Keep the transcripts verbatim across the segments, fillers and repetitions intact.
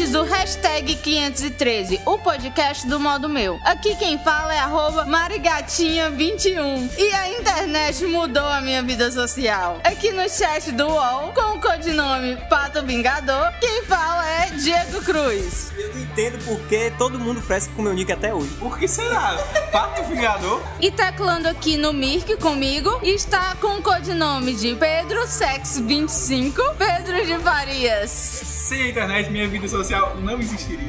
ouvintes do Hashtag quinhentos e treze, o podcast do Modo Meu. Aqui quem fala é arroba marigatinha vinte e um. E a internet mudou a minha vida social. Aqui no chat do U O L, com o codinome Pato Vingador, quem fala é Diego Cruz. Eu não entendo por que todo mundo fresca com meu nick até hoje. Por que será? Pato Vingador? E teclando aqui no Mirk comigo, está com o codinome de Pedro Sex vinte e cinco, Pedro de Farias. Sem a internet, minha vida social não existiria.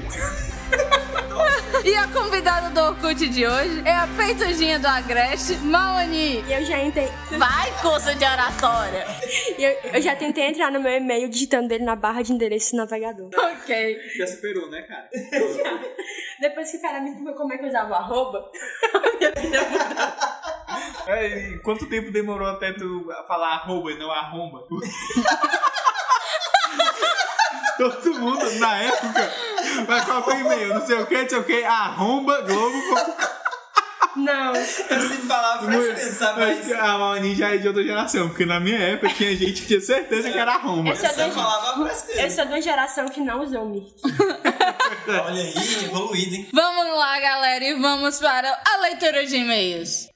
E a convidada do Orkut de hoje é a peitudinha do Agreste, Maoni. E eu já entrei. Vai, curso de oratória. E eu, eu já tentei entrar no meu e-mail digitando ele na barra de endereço do navegador. Ok. Já superou, né, cara? Depois que o cara me explicou como é que eu usava o arroba, minha vida mudou. É, e quanto tempo demorou até tu falar arroba e não arromba? Todo mundo, na época, vai qual foi o e-mail? Não sei o que, não sei o que, arromba, globo. Não. Eu sempre falava pra pensar, mas... A Maoni já é de outra geração, porque na minha época tinha gente que tinha certeza que era arromba. Eu sou, Eu de... falava pra eu sou de uma geração que não usou o Mirk. Olha aí, evoluído, hein? Vamos lá, galera, e vamos para a leitura de e-mails.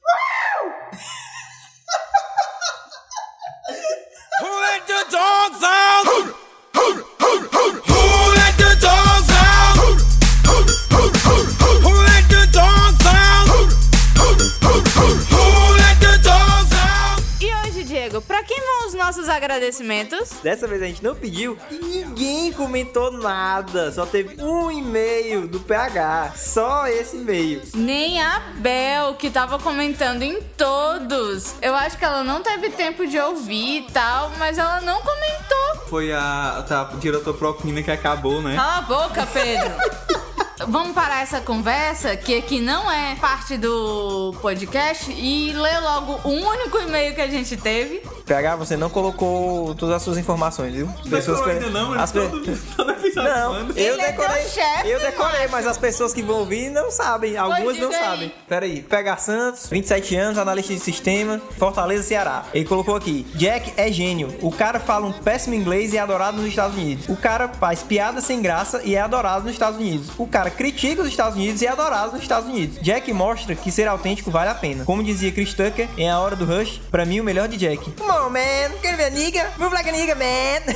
Who let the dogs out? Who let the dogs out? Who let the dogs out? Who let the dogs out? E hoje, Diego, pra quem vão os nossos agradecimentos? Dessa vez a gente não pediu e ninguém comentou nada. Só teve um e-mail do P H. Só esse e-mail. Nem a Bel, que tava comentando em todos. Eu acho que ela não teve tempo de ouvir e tal, mas ela não comentou. Foi a, tá, a diretora Propina que acabou, né? Cala a boca, Pedro. Vamos parar essa conversa, que aqui não é parte do podcast, e ler logo o único e-mail que a gente teve. P H, você não colocou todas as suas informações, viu? Não decorou ainda não, as mas pe... todo, todo episódio Não, manda. eu Ele é decorei. teu chefe, eu decorei, macho. mas as pessoas que vão ouvir não sabem. Algumas não diga aí. sabem. Pera aí. P H Santos, vinte e sete anos, analista de sistema, Fortaleza, Ceará. Ele colocou aqui: Jack é gênio. O cara fala um péssimo inglês e é adorado nos Estados Unidos. O cara faz piada sem graça e é adorado nos Estados Unidos. O cara critica os Estados Unidos e é adorado nos Estados Unidos. Jack mostra que ser autêntico vale a pena. Como dizia Chris Tucker em A Hora do Rush, pra mim o melhor de Jack. Come on, man. Quero ver a nigga. Move like a nigga, man.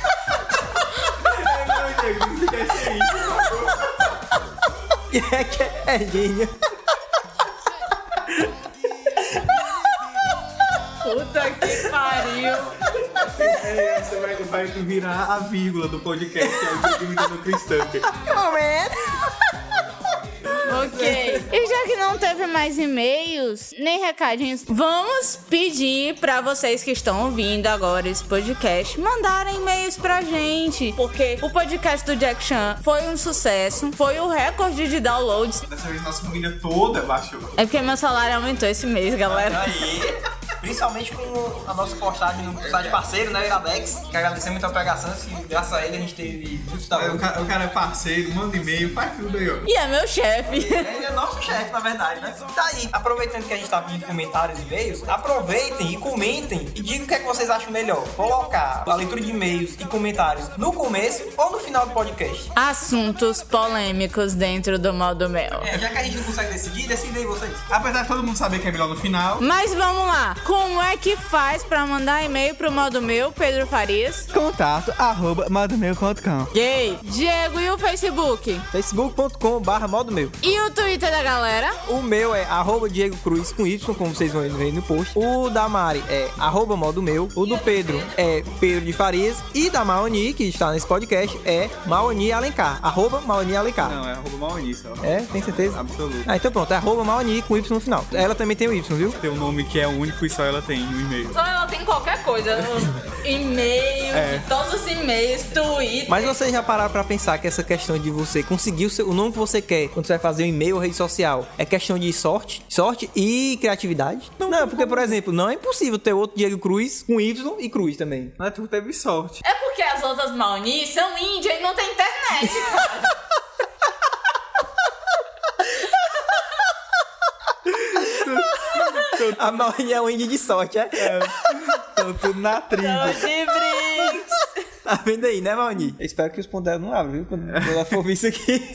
Jack é gênio. Puta que pariu. É, essa vai, vai virar a vírgula do podcast, que é o Diego imitando o Chris Tucker. Come on, man. Ok. E já que não teve mais e-mails, nem recadinhos, vamos pedir pra vocês que estão ouvindo agora esse podcast mandarem e-mails pra gente. Porque o podcast do Jack Chan foi um sucesso, foi o recorde de downloads. Dessa vez nossa família toda baixou. É porque meu salário aumentou esse mês, galera. Aí, principalmente com a nossa postagem no site parceiro, né, Iradex, que agradecer muito ao P H Santos, que graças a ele a gente teve muitos É, o, downloads. cara, o cara é parceiro, manda e-mail, faz tudo aí, ó. E é meu chefe. Ele é nosso chefe, na verdade, né? Tá aí, aproveitando que a gente tá pedindo comentários e e-mails, aproveitem e comentem e digam o que é que vocês acham melhor. Colocar a leitura de e-mails e comentários no começo ou no final do podcast. Assuntos polêmicos dentro do Modo Mel. É, já que a gente não consegue decidir, decidem vocês. Apesar de todo mundo saber que é melhor no final. Mas vamos lá. Como é que faz pra mandar e-mail pro Modo Meu, Pedro Farias? Contato arroba modomeu ponto com. Gay. Diego, e o Facebook? facebook ponto com barra modomeu. E o Twitter da galera? O meu é arroba Diego Cruz com Y, como vocês vão ver no post. O da Mari é arroba modomeu. O do Pedro é Pedro de Farias. E da Maoni, que está nesse podcast, é Maoni Alencar. Arroba Maoni Alencar. Não, é arroba Maoni só. É? Tem certeza? Absoluto. Ah, então pronto. É arroba Maoni com Y no final. Ela também tem o Y, viu? Tem um nome que é único e só ela tem no e-mail. Só ela tem qualquer coisa. E-mail, É. todos os e-mails, Twitter. Mas vocês já pararam pra pensar que essa questão de você conseguir o, seu, o nome que você quer quando você vai fazer um e-mail ou rede social é questão de sorte? Sorte e criatividade? Não, não porque, por exemplo, não é impossível ter outro Diego Cruz com Y e Cruz também. Mas tu teve sorte. É porque as outras Maoni são índias e não tem internet, cara. A Maoni é um índio de sorte, é? Estão tudo na trilha. Tô de brinks. Tá vendo aí, né, Mauni? Eu espero que os pontos dela não abram, viu? Quando ela for ver isso aqui.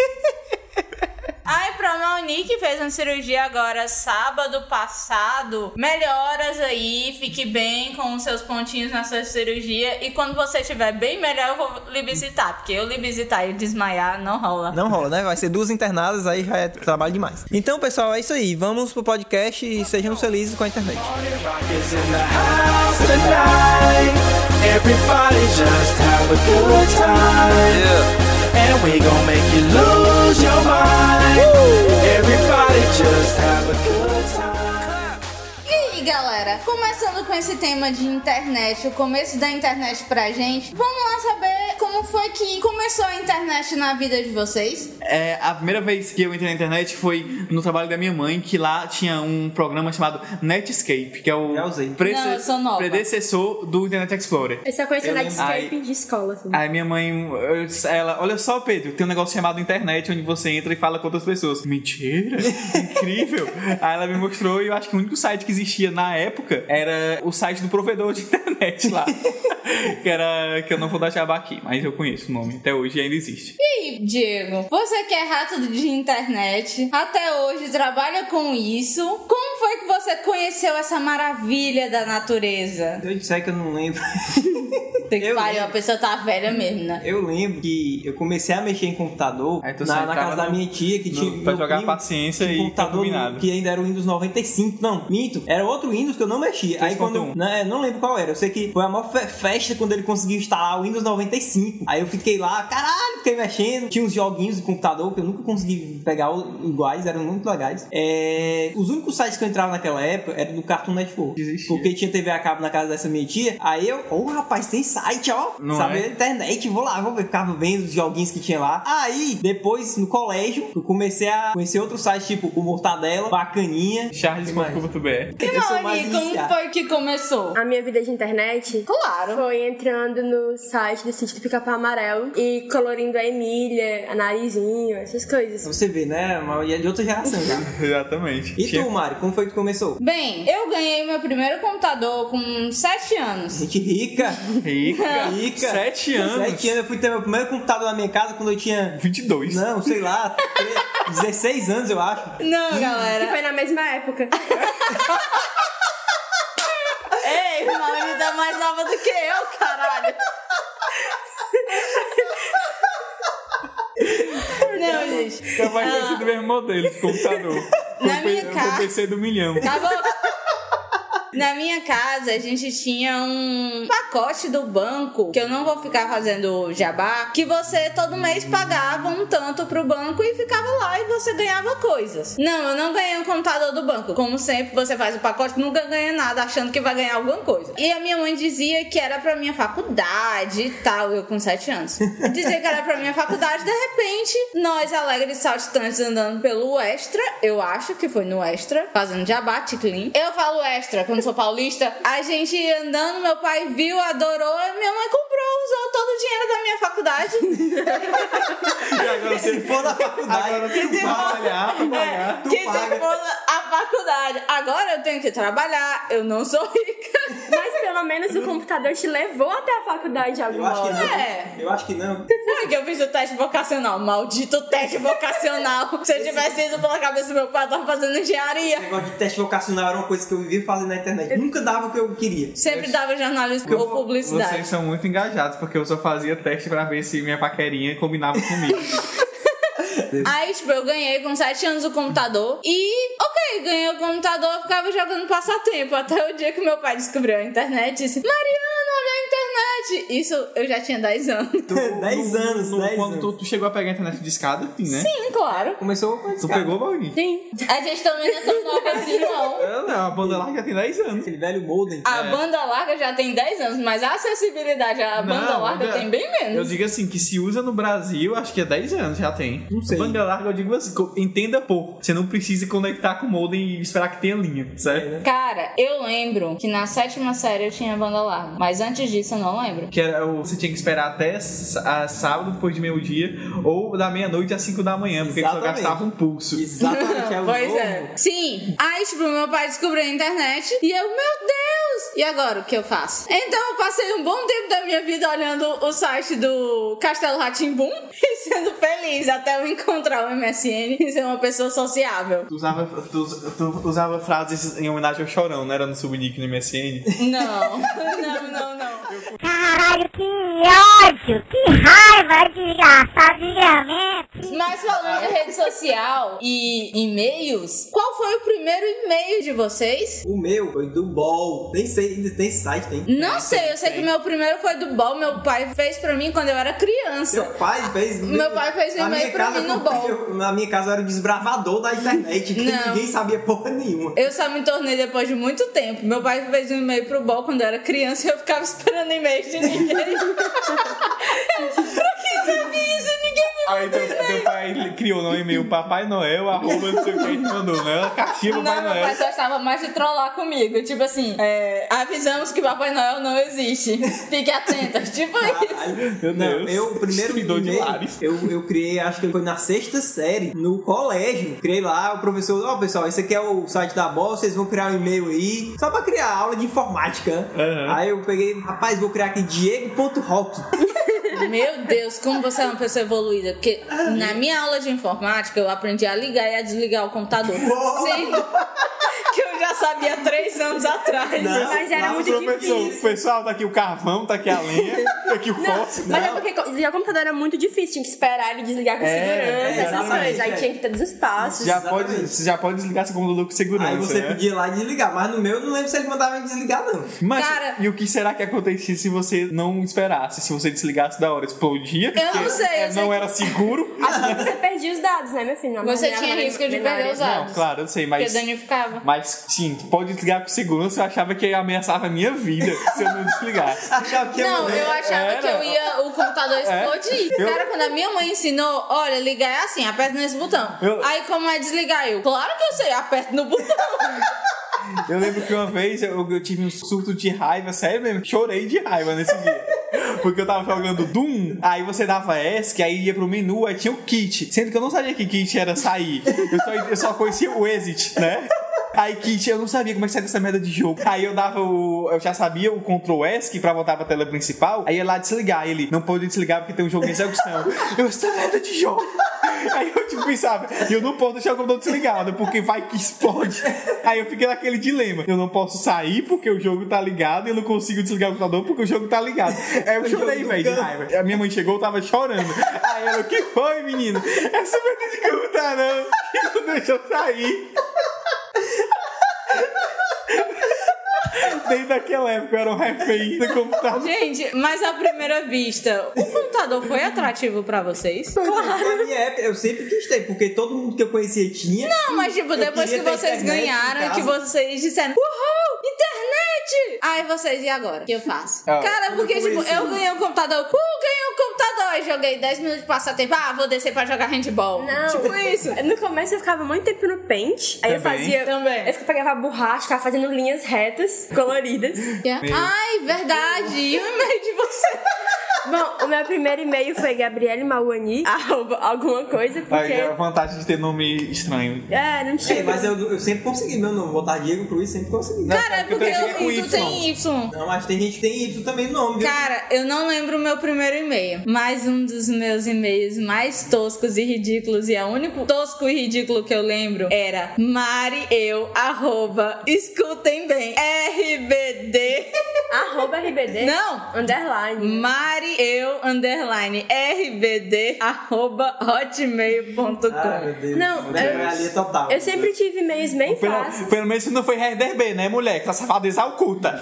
Ai, pra Mauni, que fez uma cirurgia agora sábado passado, melhoras aí, fique bem com os seus pontinhos na sua cirurgia. E quando você estiver bem melhor, eu vou lhe visitar. Porque eu lhe visitar e desmaiar não rola. Não rola, né? Vai ser duas internadas, aí já é trabalho demais. Então, pessoal, é isso aí. Vamos pro podcast e sejamos felizes com a internet. Rockets in the house tonight. Everybody just have a good time. Yeah. And we gon' make you lose your mind. Woo. Everybody just have a good time. E aí, galera? Começando com esse tema de internet, o começo da internet pra gente, vamos lá saber como foi que começou a internet na vida de vocês? É, a primeira vez que eu entrei na internet foi no trabalho da minha mãe, que lá tinha um programa chamado Netscape, que é o prece- Não, eu sou nova. predecessor do Internet Explorer. Eu só conheci Eu o Netscape lembro- de escola, assim. Aí minha mãe, eu disse- ela, olha só, Pedro, tem um negócio chamado internet onde você entra e fala com outras pessoas. Mentira? Incrível! Aí ela me mostrou e eu acho que o único site que existia na época era o site do provedor de internet lá. que era, que eu não vou dar jabá aqui, mas eu conheço o nome, até hoje ainda existe. E aí, Diego? Você que é rato de internet, até hoje trabalha com isso. Como foi que você conheceu essa maravilha da natureza? Eu disse que eu não lembro. Tem que Eu pariu, a lembro. pessoa tá velha mesmo, né? Eu lembro que eu comecei a mexer em computador Aí tu na, na sentava casa da no- minha tia, que no- tinha. pra meu jogar primo paciência tinha e um computador combinado. que ainda era o Windows noventa e cinco. Não, minto. Era outro Windows que eu não mexia. Aí quando. eu- Não, é, não lembro qual era. Eu sei que foi a maior fe- festa quando ele conseguiu instalar o Windows noventa e cinco. Aí eu fiquei lá, caralho, fiquei mexendo. Tinha uns joguinhos de computador que eu nunca consegui pegar o- iguais, eram muito legais. É, os únicos sites que eu entrava naquela época eram do Cartoon Network. Existia. Porque tinha T V a cabo na casa dessa minha tia. Aí eu, ô rapaz, tem site, ó. Não Sabe? é? Internet, vou lá, vou ver, ficava vendo os joguinhos que tinha lá. Aí, depois, no colégio, eu comecei a conhecer outros sites, tipo o Mortadela, Bacaninha. charles ponto com ponto b r. E Eu sou mais Mauri, como iniciado. foi que começou? A minha vida de internet Claro. foi entrando no site do sítio do Pica-Pau Amarelo e colorindo a Emília, a Narizinho, essas coisas. Você vê, né? A maioria é de outra geração já. Exatamente. E Tinha- tu, Mari, como foi que começou? Bem, eu ganhei meu primeiro computador com sete anos. Gente rica. Rica. Rica. Sete anos. Sete anos. Eu fui ter meu primeiro computador na minha casa quando eu tinha... vinte e dois. Não, sei lá, tre- dezesseis anos, eu acho. Não, Que galera. foi na mesma época. Ei, Mauri tá mais nova do que eu, caralho. Não, gente. Eu mais Ah. conhecido do mesmo modelo de computador. Na Foi o minha P- casa- foi o P C do milhão. Tá bom? Na minha casa, a gente tinha um pacote do banco, que eu não vou ficar fazendo jabá, que você todo mês pagava um tanto pro banco e ficava lá e você ganhava coisas. Não, eu não ganhei um computador do banco. Como sempre, você faz o pacote, nunca ganha nada, achando que vai ganhar alguma coisa. E a minha mãe dizia que era pra minha faculdade e tal, eu com sete anos. Dizia que era pra minha faculdade, de repente, nós alegres saltitantes andando pelo Extra, eu acho que foi no Extra, fazendo jabá, ticlin. Eu falo Extra, quando sou paulista, a gente andando, meu pai viu, adorou, e minha mãe comprou, usou todo o dinheiro da minha faculdade. E agora Se você for na faculdade, Agora tu tu trabalhar pra pagar. tu que paga. se for a faculdade. Agora eu tenho que trabalhar, eu não sou rica. Mas pelo menos o computador te levou até a faculdade de Eu alguma acho que hora. não. É. Eu acho que não. Foi que eu fiz o teste vocacional, maldito teste vocacional. Se eu tivesse ido pela cabeça do meu pai, eu tava fazendo engenharia. Esse negócio de teste vocacional era uma coisa que eu vivia fazendo na internet. Nunca dava o que eu queria. Sempre dava jornalismo ou publicidade. Vocês são muito engajados, porque eu só fazia teste pra ver se minha paquerinha combinava comigo. Aí, tipo, eu ganhei com sete anos o computador e, ok, ganhei o computador, eu ficava jogando passatempo. Até o dia que meu pai descobriu a internet e disse: Mariana, olha a internet! Isso eu já tinha dez anos. dez anos, No- dez Quando anos. tu, tu chegou a pegar a internet de escada, sim, né? Sim, claro. Começou com esse Tu cara. pegou, Valdir? Sim. A gente também não é tão nova assim, não. Eu não, a banda larga já tem dez anos. Aquele velho modem. A banda larga já tem dez anos, mas a acessibilidade à banda Não, larga já- tem bem Eu menos. digo assim, que se usa no Brasil, acho que é dez anos já tem. Não sei. Banda larga, eu digo assim, co- entenda pouco. Você não precisa conectar com o modem e esperar que tenha linha, certo? Cara, eu lembro que na sétima série eu tinha banda larga, mas antes disso eu não lembro. Que era, o- você tinha que esperar até s- a sábado, depois de meio-dia, ou da meia-noite às cinco da manhã, porque só Exatamente. gastava um pulso. Exatamente, é o Pois novo. é. Sim. Aí, tipo, meu pai descobriu a internet e eu, meu Deus! E agora, o que eu faço? Então, eu passei um bom tempo da minha vida olhando o site do Castelo Rá-Tim-Bum e sendo feliz até eu encontrar o M S N e ser uma pessoa sociável. Tu usava, tu, tu usava frases em homenagem ao Chorão, não era no subnick no M S N? Não, não, não, não. Caralho, que ódio, que raiva, desgraçado, desgramento. Mas falando de rede social e e-mails, qual foi o primeiro e-mail de vocês? O meu foi do B O L. Nem sei, ainda tem site, tem. Não sei, eu sei que o meu primeiro foi do B O L. Meu pai fez pra mim quando eu era criança. Meu pai fez... Meu pai fez um Na e-mail minha pra casa mim no foi- B O L. eu- Na minha casa eu era o desbravador da internet, que Não. ninguém sabia porra nenhuma. Eu só me tornei depois de muito tempo. Meu pai fez um e-mail pro B O L quando eu era criança e eu ficava esperando e-mail de ninguém. Pra quem sabia isso? Ninguém me Aí teu, teu pai ele criou no e-mail Papai Noel, arroba não sei o que, e te mandou, né? Caixinha Papai Não, meu Noel. pai gostava mais de trollar comigo. Tipo assim, é, avisamos que Papai Noel não existe. Fique atenta. Tipo isso. Caralho. Meu Não, Deus. eu, o primeiro Destruidor de e-mail, lares. eu, eu criei, acho que foi na sexta série, no colégio. Criei lá, o professor, ó, pessoal, esse aqui é o site da B O L, vocês vão criar um e-mail aí, só pra criar aula de informática. Uhum. Aí eu peguei, rapaz, vou criar aqui diego ponto rock. Meu Deus, como você é uma pessoa evoluída. Porque na minha aula de informática eu aprendi a ligar e a desligar o computador. Sendo que eu já sabia três anos atrás. Não. Mas era Não, muito Professor, difícil. pessoal, tá aqui o carvão, tá aqui a lenha, tá aqui o fósforo. Mas é porque desligar o computador era muito difícil. Tinha que esperar ele desligar com É, segurança, é, essas exatamente, coisas. Aí é. tinha que ter dos espaços. Já Exatamente. pode, você já pode desligar seu computador com segurança. Aí você né? podia ir lá e desligar, mas no meu eu não lembro se ele mandava desligar, não. Mas, Cara- e o que será que acontecia se você não esperasse? Se você desligasse da hora, explodia? Eu não Porque, sei, eu é, sei não que- era seguro? Acho que você perdia os dados, né, meu filho? Não, Você não, tinha não, risco de não, perder não, os Não, dados. claro, eu sei, Porque mas... danificava. Mas, sim, pode desligar com segurança. Eu achava que ameaçava a minha vida se eu não desligasse. Achava que Não, eu achava Era. que eu ia, o computador explodir. Eu- Cara, quando a minha mãe ensinou, olha, ligar é assim, aperta nesse botão. Eu- Aí como é desligar? Eu, claro que eu sei, aperta no botão. Eu lembro que uma vez eu, eu tive um surto de raiva, sério mesmo, chorei de raiva nesse dia. Porque eu tava jogando Doom, aí você dava ESC, aí ia pro menu, aí tinha o kit. Sendo que eu não sabia que kit era sair. Eu só, eu só conhecia o exit, né? Aí kit, eu não sabia como é que saía dessa merda de jogo. Aí eu dava o... Eu já sabia o Ctrl ESC pra voltar pra tela principal. Aí ia lá desligar. Ele, não pode desligar porque tem um jogo em execução. Eu, essa merda de jogo. Aí eu tipo pensava, eu não posso deixar o computador desligado, porque vai que explode. Aí eu fiquei naquele dilema. Eu não posso sair porque o jogo tá ligado e eu não consigo desligar o computador porque o jogo tá ligado. Aí eu chorei, velho, de raiva. A minha mãe chegou, eu tava chorando. Aí ela, o que foi, menino? Essa merda de computador que não deixou sair. Desde aquela época eu era um refém do computador. Gente, mas à primeira vista, o computador foi atrativo pra vocês? Na minha época, eu sempre quis ter, porque todo mundo que eu conhecia tinha. Não, mas tipo, Eu depois que queria ter vocês internet em ganharam, que casa. vocês disseram, uhul, internet! Aí vocês, e agora? O que eu faço? Ah, Cara, porque eu tipo, conheci. eu ganhei um computador, uh, ganhei um computador, e joguei dez minutos de passatempo, ah, vou descer pra jogar handball. Não, Tipo isso. No começo eu ficava muito tempo no Paint. Aí eu Também. fazia. Também. Eu pegava borracha, ficava fazendo linhas retas, coloridas. Ai, verdade, e o e-mail de você? Bom, o meu primeiro e-mail foi Gabriele Mauani, arroba alguma coisa, porque. Aí a vantagem de ter nome estranho. É, não tinha. É, mas eu, eu sempre consegui meu nome, botar Diego Cruz, sempre consegui. Não, Cara, é porque porque eu eu, tenho tu Y. tem Y. Não, mas tem gente que tem Y também no nome, viu? Cara, eu não lembro o meu primeiro e-mail, mas um dos meus e-mails mais toscos e ridículos, e é o único tosco e ridículo que eu lembro, era marieu, arroba, escutem bem, R B D, Arroba R B D. não, Underline. marieu, underline, R B D, arroba, hotmail ponto Ai, com. meu Deus. Não, Você eu- vai ali é total. Eu sempre tive e-mails bem Pelo, fáceis. pelo menos isso não foi Herder B, né, mulher? Que essa safadeza oculta.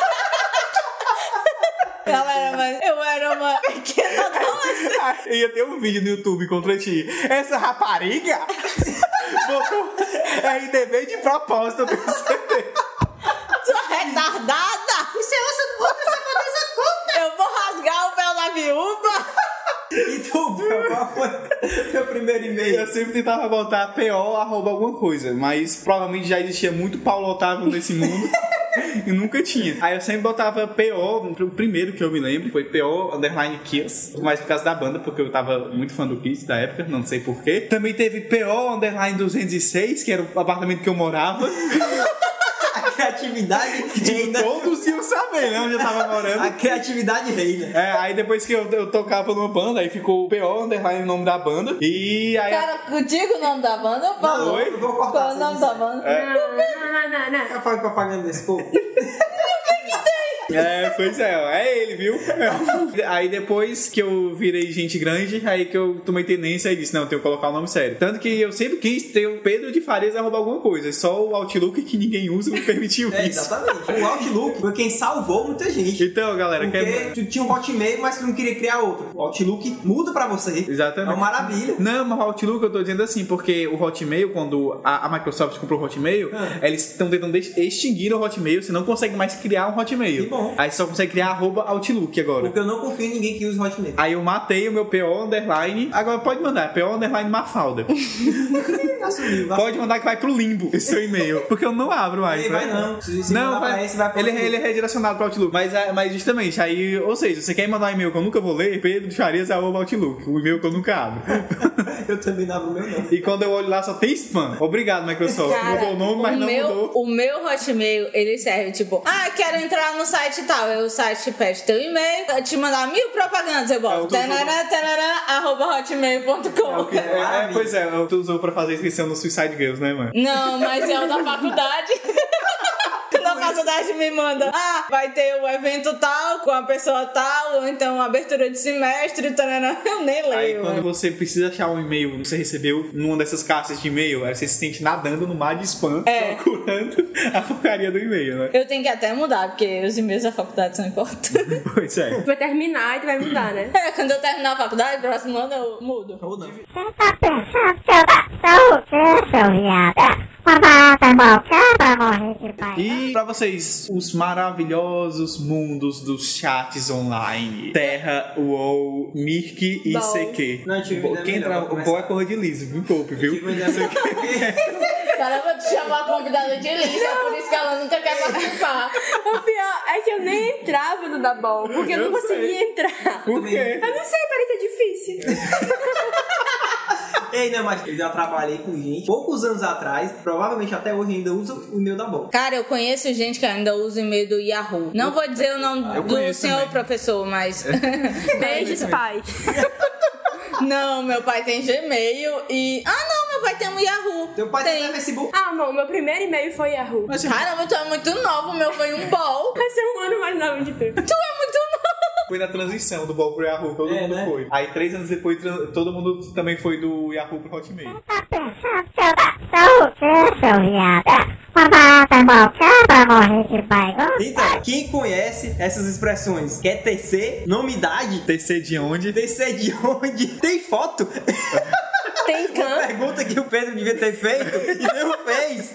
Galera, mas eu era uma pequena adolescente. Ia ter um vídeo no YouTube contra ti. Essa rapariga botou R D B de propósito, eu tenho certeza. Sua retardada! Isso é osso do outro, essa cabeça conta! Eu vou rasgar o pé da viúva! E tu, Bel, qual foi teu primeiro e-mail? Eu sempre tentava botar P O arroba alguma coisa, mas provavelmente já existia muito Paulo Otávio nesse mundo e nunca tinha. Aí eu sempre botava P O, o primeiro que eu me lembro foi P O underline Kiss, mais por causa da banda, porque eu tava muito fã do Kiss da época, não sei porquê. Também teve P O underline duzentos e seis, que era o apartamento que eu morava. A criatividade reina. Todos iam saber, né? Onde eu tava morando. A criatividade reina. É, aí depois que eu, eu tocava numa banda, aí ficou o P O, underline, o nome da banda. E aí... Cara, contigo o nome da banda, eu falo. Oi? Eu vou cortar. Qual é o nome da banda? É. Não, não, não, não. Eu falo propaganda desse povo. É, pois é, ó, é ele, viu? Aí depois que eu virei gente grande, aí que eu tomei tendência e disse, não, eu tenho que colocar o nome sério. Tanto que eu sempre quis ter o Pedro de Farias arroba alguma coisa, só o Outlook que ninguém usa me permitiu É, isso. exatamente. O Outlook foi quem salvou muita gente. Então, galera, Porque quer... tu tinha um Hotmail, mas tu não queria criar outro. O Outlook muda pra você. Exatamente. É uma maravilha. Não, mas o Outlook eu tô dizendo assim, porque o Hotmail, quando a, a Microsoft comprou o Hotmail, Ah. eles estão tentando extinguir o Hotmail, você não consegue mais criar um Hotmail. Que bom. Aí você só consegue criar arroba Outlook agora. Porque eu não confio em ninguém que use Hotmail. Aí eu matei o meu P O underline. Agora pode mandar, P O underline Mafalda. Assumiu. Pode mandar que vai pro limbo esse seu e-mail. Porque eu não abro mais. Ele né? vai não. Se, se Não, mandar vai, pra esse, vai pra ele, Outlook. ele é redirecionado para Outlook. Mas, ah, mas justamente, aí, ou seja, você quer mandar um e-mail que eu nunca vou ler, Pedro de Farias arroba Outlook. O e-mail que eu nunca abro. Eu também não abro o meu, não. E quando eu olho lá só tem spam. Obrigado, Microsoft. Cara, Mudou o nome, mas o não meu, mudou. O meu Hotmail, ele serve tipo, ah, quero entrar no site e tal. Aí o site pede teu e-mail, eu te mandar mil propagandas, eu É, boto eu tô tanará, tanará, arroba hotmail ponto com. É, o que- é, é, pois é, tu usou pra fazer inscrição no Suicide Girls, né, mano? Não, mas é o da faculdade. Na faculdade me manda, ah, vai ter o evento tal, com a pessoa tal, ou então abertura de semestre, tarará. Eu nem leio. Aí quando né? você precisa achar um e-mail que você recebeu numa dessas caixas de e-mail, aí você se sente nadando no mar de spam, É. procurando a porcaria do e-mail, né? Eu tenho que até mudar, porque os e-mails da faculdade são importantes. Pois é. Tu vai terminar e tu vai mudar, né? É, quando eu terminar a faculdade, próximo ano eu mudo. Ou não. Você tá pensando que eu nasci o quê, seu viado? Uma barata malcada pra morrer de pai. E pra vocês, os maravilhosos mundos dos chats online. Terra, UOL, Mirk e Bom. C Q. Não, eu tive uma ideia Quem melhor entra, pra o bom é correr de liso, viu, Poupe, viu? Tive uma ideia melhor. Cara, eu vou te chamar a convidada de lista, por isso que ela nunca quer participar. O pior é que eu nem entrava no Dabol, porque eu, Eu não conseguia sei. entrar. Por quê? Eu não sei, parece ser difícil. Ei, não, mas eu já trabalhei com gente poucos anos atrás, provavelmente até hoje ainda usa o e-mail da bola. Cara, eu conheço gente que ainda usa o e-mail do Yahoo. Não vou dizer o nome Eu do conheço senhor também. professor, mas... Beijos, pai. Não, meu pai tem Gmail e... Ah, não, meu pai tem um Yahoo. Teu pai tem Facebook? Ah, amor, meu primeiro e-mail foi Yahoo. Mas você Caramba, tu é muito novo, o meu foi um bol. Vai ser um ano mais novo de tu. Tu é muito novo. foi na transição do Ball pro Yahoo, todo É, mundo né? foi. Aí três anos depois, tran- todo mundo também foi do Yahoo pro Hotmail. Tá pensando que eu nasci o quê, seu viado? Uma barata malcada pra morrer de pai. Então, quem conhece essas expressões? Quer tecer? Nomidade? T C de onde? Tecer de onde? Tem foto? Tem campo. Pergunta que o Pedro devia ter feito e não fez.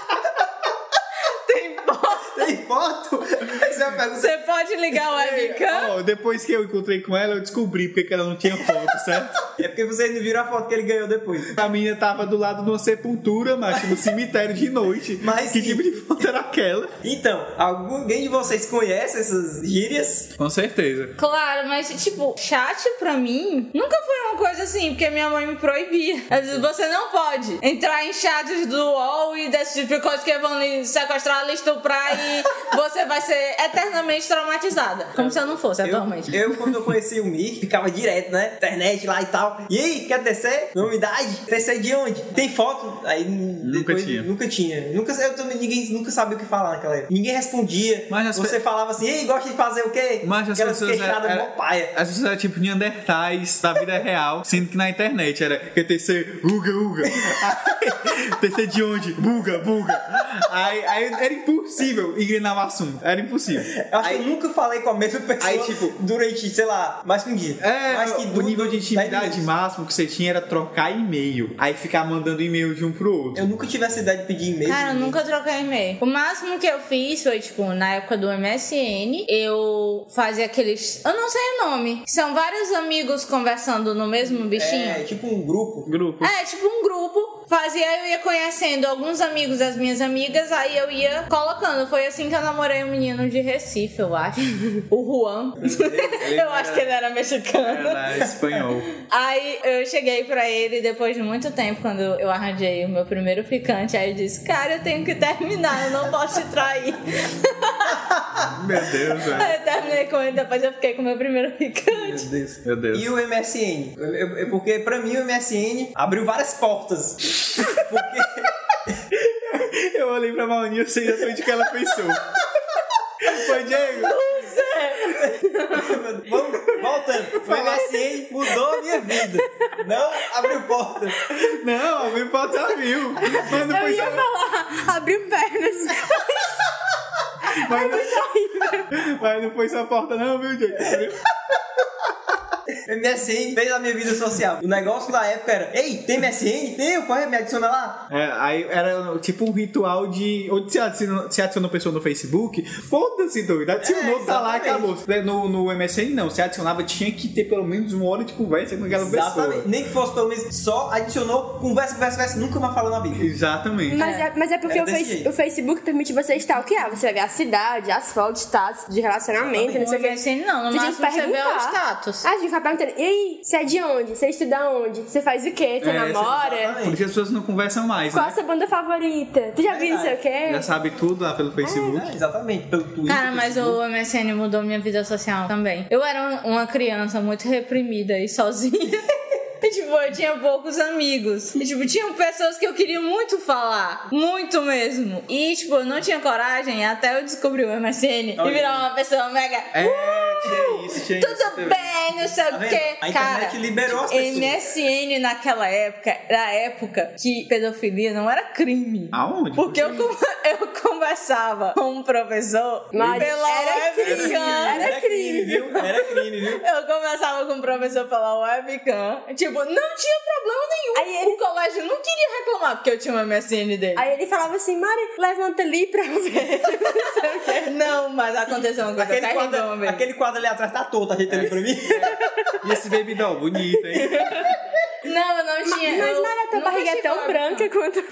Tem foto. Tem foto? Essa é uma pergunta. Você pode ligar o webcam? Ó, depois que eu encontrei com ela, eu descobri porque que ela não tinha foto, certo? É porque vocês não viram a foto que ele ganhou depois. A menina tava do lado de uma sepultura, macho, no cemitério de noite. Mas que sim. tipo de foto era aquela? Então, alguém de vocês conhece essas gírias? Com certeza. Claro, mas tipo, chat pra mim nunca foi uma coisa assim, porque minha mãe me proibia. Ela dizia, você não pode entrar em chats do U O L e desse tipo de coisa que vão lhe sequestrar, lhe estuprar e você vai ser eternamente traumatizada. Como se eu não fosse atualmente. Eu, eu, quando eu conheci o Mick, ficava direto, né? Internet lá e tal. E aí, quer descer? Novidade? Descer de onde? Tem foto? Aí depois, tinha. Nunca tinha. Nunca, eu também, ninguém nunca sabia o que falar naquela época. Ninguém respondia. Mas as Você pe- falava assim, ei, gosta de fazer o quê? Mas as Aquelas pessoas queixadas era- mó paia. As pessoas eram tipo Neandertais da vida real, sendo que na internet era Q T C, Uga, Uga. Aí, T C de onde? Buga, Buga. Aí, aí era impossível engrenar o assunto. Era impossível. Eu acho Aí- que eu nunca falei com a mesma pessoa Aí, tipo, durante, sei lá, mais que um dia. É, mais que o duas- nível de dez intimidade minutos. máximo que você tinha era trocar e-mail. Aí ficar mandando e-mail de um pro outro. Eu nunca tive essa ideia de pedir e-mail. Cara, eu de ninguém. nunca troquei e-mail. O máximo que eu fiz foi, tipo, na época do M S N, eu fazia aqueles... Eu não sei o nome. São vários amigos conversando no mesmo bichinho. É, tipo um grupo. Grupo. É, tipo um grupo. fazia, eu ia conhecendo alguns amigos das minhas amigas, aí eu ia colocando. Foi assim que eu namorei um menino de Recife, eu acho. O Juan. Ele eu acho que ele era mexicano. Era espanhol. Aí eu cheguei pra ele depois de muito tempo, quando eu arranjei o meu primeiro ficante, aí eu disse, cara, eu tenho que terminar, eu não posso te trair. Meu Deus, velho. Aí eu terminei com ele, depois eu fiquei com o meu primeiro ficante. Meu Deus. Meu Deus. E o M S N? Eu- eu- eu- Porque pra mim o M S N abriu várias portas. Porque... Eu olhei pra Maoni e eu sei exatamente o que ela pensou. Foi, Diego? Vamos, voltando. O M S N mudou a minha vida. Não abriu portas. Não, abriu porta, abriu. Mas não Eu foi ia só... falar, abriu pernas. Mas não... Mas não foi só a porta não, viu, Diego? M S N fez a minha vida social. O negócio da época era: ei, tem M S N? Tem, corre, me adiciona lá. É, aí era tipo um ritual de... Onde você adiciona, você adiciona uma pessoa no Facebook, foda-se, doido. Adicionou, É, tá lá, exatamente. acabou. No, no M S N não, você adicionava, tinha que ter pelo menos uma hora de conversa com aquela pessoa. Exatamente. Nem que fosse pelo menos só adicionou, conversa, conversa, conversa, nunca mais falou na vida. Exatamente. Mas é, mas é porque Era o, desse face, jeito. o Facebook permite você stalkear. Você vai ver a cidade, as fotos, status de relacionamento, não No sei o que. M S N não, no Você tem máximo que você vê o perguntar. status. Ah, a gente fica perguntando, e aí, você é de onde? Você estuda onde? Você faz o quê? Você É, namora? exatamente. Por isso que as pessoas não conversam mais, Qual a né? sua banda favorita? Tu já viu não sei o quê? Já sabe tudo lá pelo Facebook. É, exatamente, pelo Twitter. Cara, mas Facebook. o M S N mudou minha vida social também. Eu era um- uma criança muito reprimida e sozinha. E, tipo, eu tinha poucos amigos. E, tipo, tinham pessoas que eu queria muito falar. Muito mesmo. E, tipo, eu não tinha coragem até eu descobrir o M S N Olha e virar aí. uma pessoa mega... É, tinha isso, tinha isso. Tudo também. bem, não sei Tá o vendo? quê. A Cara, internet liberou as pessoas. M S N naquela época era a época que pedofilia não era crime. Aonde? Porque eu, con- eu conversava com um professor Mas pela era crime, webcam. era crime. viu? Era crime, viu? Eu conversava com o professor pela webcam. Tipo, não tinha problema nenhum. Aí ele- O colégio não queria reclamar porque eu tinha o M S N dele. Aí ele falava assim, Mari, levanta ali pra eu ver. Não sei o quê. Não, mas aconteceu uma coisa Aquele terrível uma quadro, vez. aquele quadro ali atrás tá todo, ajeitando pra mim. E esse baby doll, bonito, hein? Não, eu não tinha. Mas, eu Mari, a tua nunca barriga é tive tão webcam. branca quanto...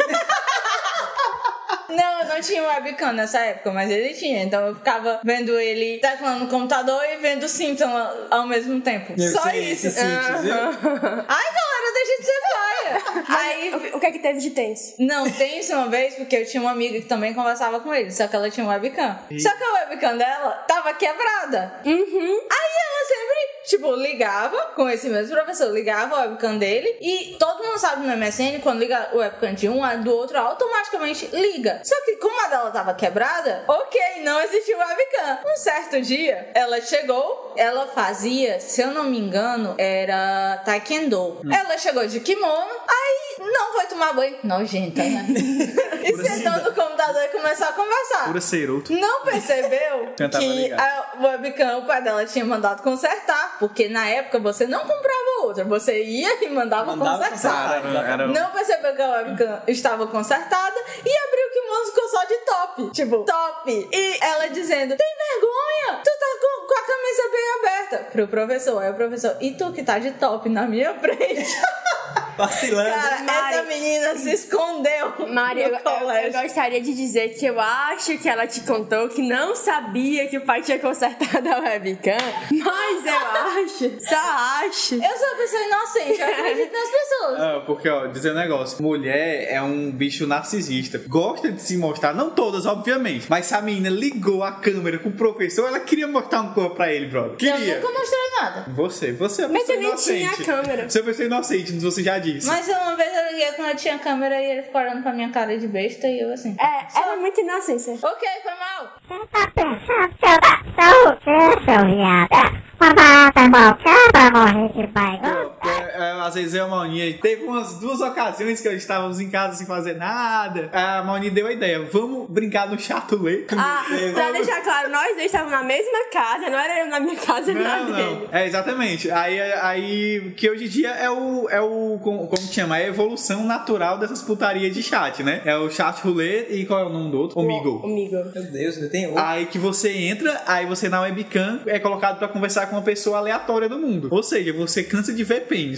Não, eu não tinha webcam nessa época, mas ele tinha. Então eu ficava vendo ele teclando no computador e vendo Simpson ao, ao mesmo tempo. Eu Só sei, isso. esse Simpsons, viu? Ai, galera, deixa de ser paia. Aí. O que é que teve de tenso? Não, tem isso uma vez, porque eu tinha uma amiga que também conversava com ele, só que ela tinha um webcam. Só que a webcam dela tava quebrada. Uhum. Aí ela sempre, tipo, ligava com esse mesmo professor, ligava a webcam dele e todo mundo sabe no M S N, quando liga o webcam de um, a do outro automaticamente liga. Só que como a dela tava quebrada, ok, não existia webcam. Um certo dia, ela chegou, ela fazia, se eu não me engano, era taekwondo. Ela chegou de kimono, aí não foi tomar banho, nojenta, né? E sentou no computador e começou a conversar. Pura ceroto. Não percebeu Tentava que ligar. a webcam o pai dela tinha mandado consertar, porque na época você não comprava outra, você ia e mandava, Mandava consertar. consertar. Era, era... Não percebeu que a webcam estava consertada e abriu o kimono e ficou só de top. Tipo, top. E ela dizendo, tem vergonha? Tu tá com, com a camisa bem aberta. Pro professor. Aí o professor, e tu que tá de top na minha frente? Vacilando. Cara, Mari. essa menina se escondeu Mari, eu, no eu, colégio. eu gostaria de dizer que eu acho que ela te contou que não sabia que o pai tinha consertado a webcam, mas eu acho, só acho. Eu sou uma pessoa inocente, eu acredito nas pessoas. Ah, porque, ó, dizer um negócio. Mulher é um bicho narcisista. Gosta de se mostrar, não todas, obviamente. Mas se a menina ligou a câmera com o professor, ela queria mostrar um corpo pra ele, brother. Eu Queria. nunca mostrei nada. Você, você é uma Mas pessoa ele nem tinha inocente. a câmera. Você é uma pessoa inocente, você já disse. Mas uma vez eu liguei quando eu tinha câmera e ele ficou olhando pra minha cara de besta e eu assim. É, era muito inocência. Ok, foi mal. Você tá pensando que eu sou o quê, seu viado? Mamãe tá malcada pra morrer de barriga. Pô, é, é, às vezes eu e a Mauni, teve umas duas ocasiões que estávamos em casa sem fazer nada. A Mauni deu a ideia, vamos brincar no chatulê. Ah, pra deixar claro, nós dois estávamos na mesma casa, não era eu na minha casa e na Não, dele. não. É, exatamente. Aí, aí que hoje em dia é o, é o como, como que chama? É a evolução natural dessas putarias de chat, né? É o chat roulette e qual é o nome do outro? Omigo. Amigo. Meu Deus, ainda tem outro. Aí que você entra, aí você na webcam é colocado pra conversar com uma pessoa aleatória do mundo. Ou seja, você cansa de ver pênis.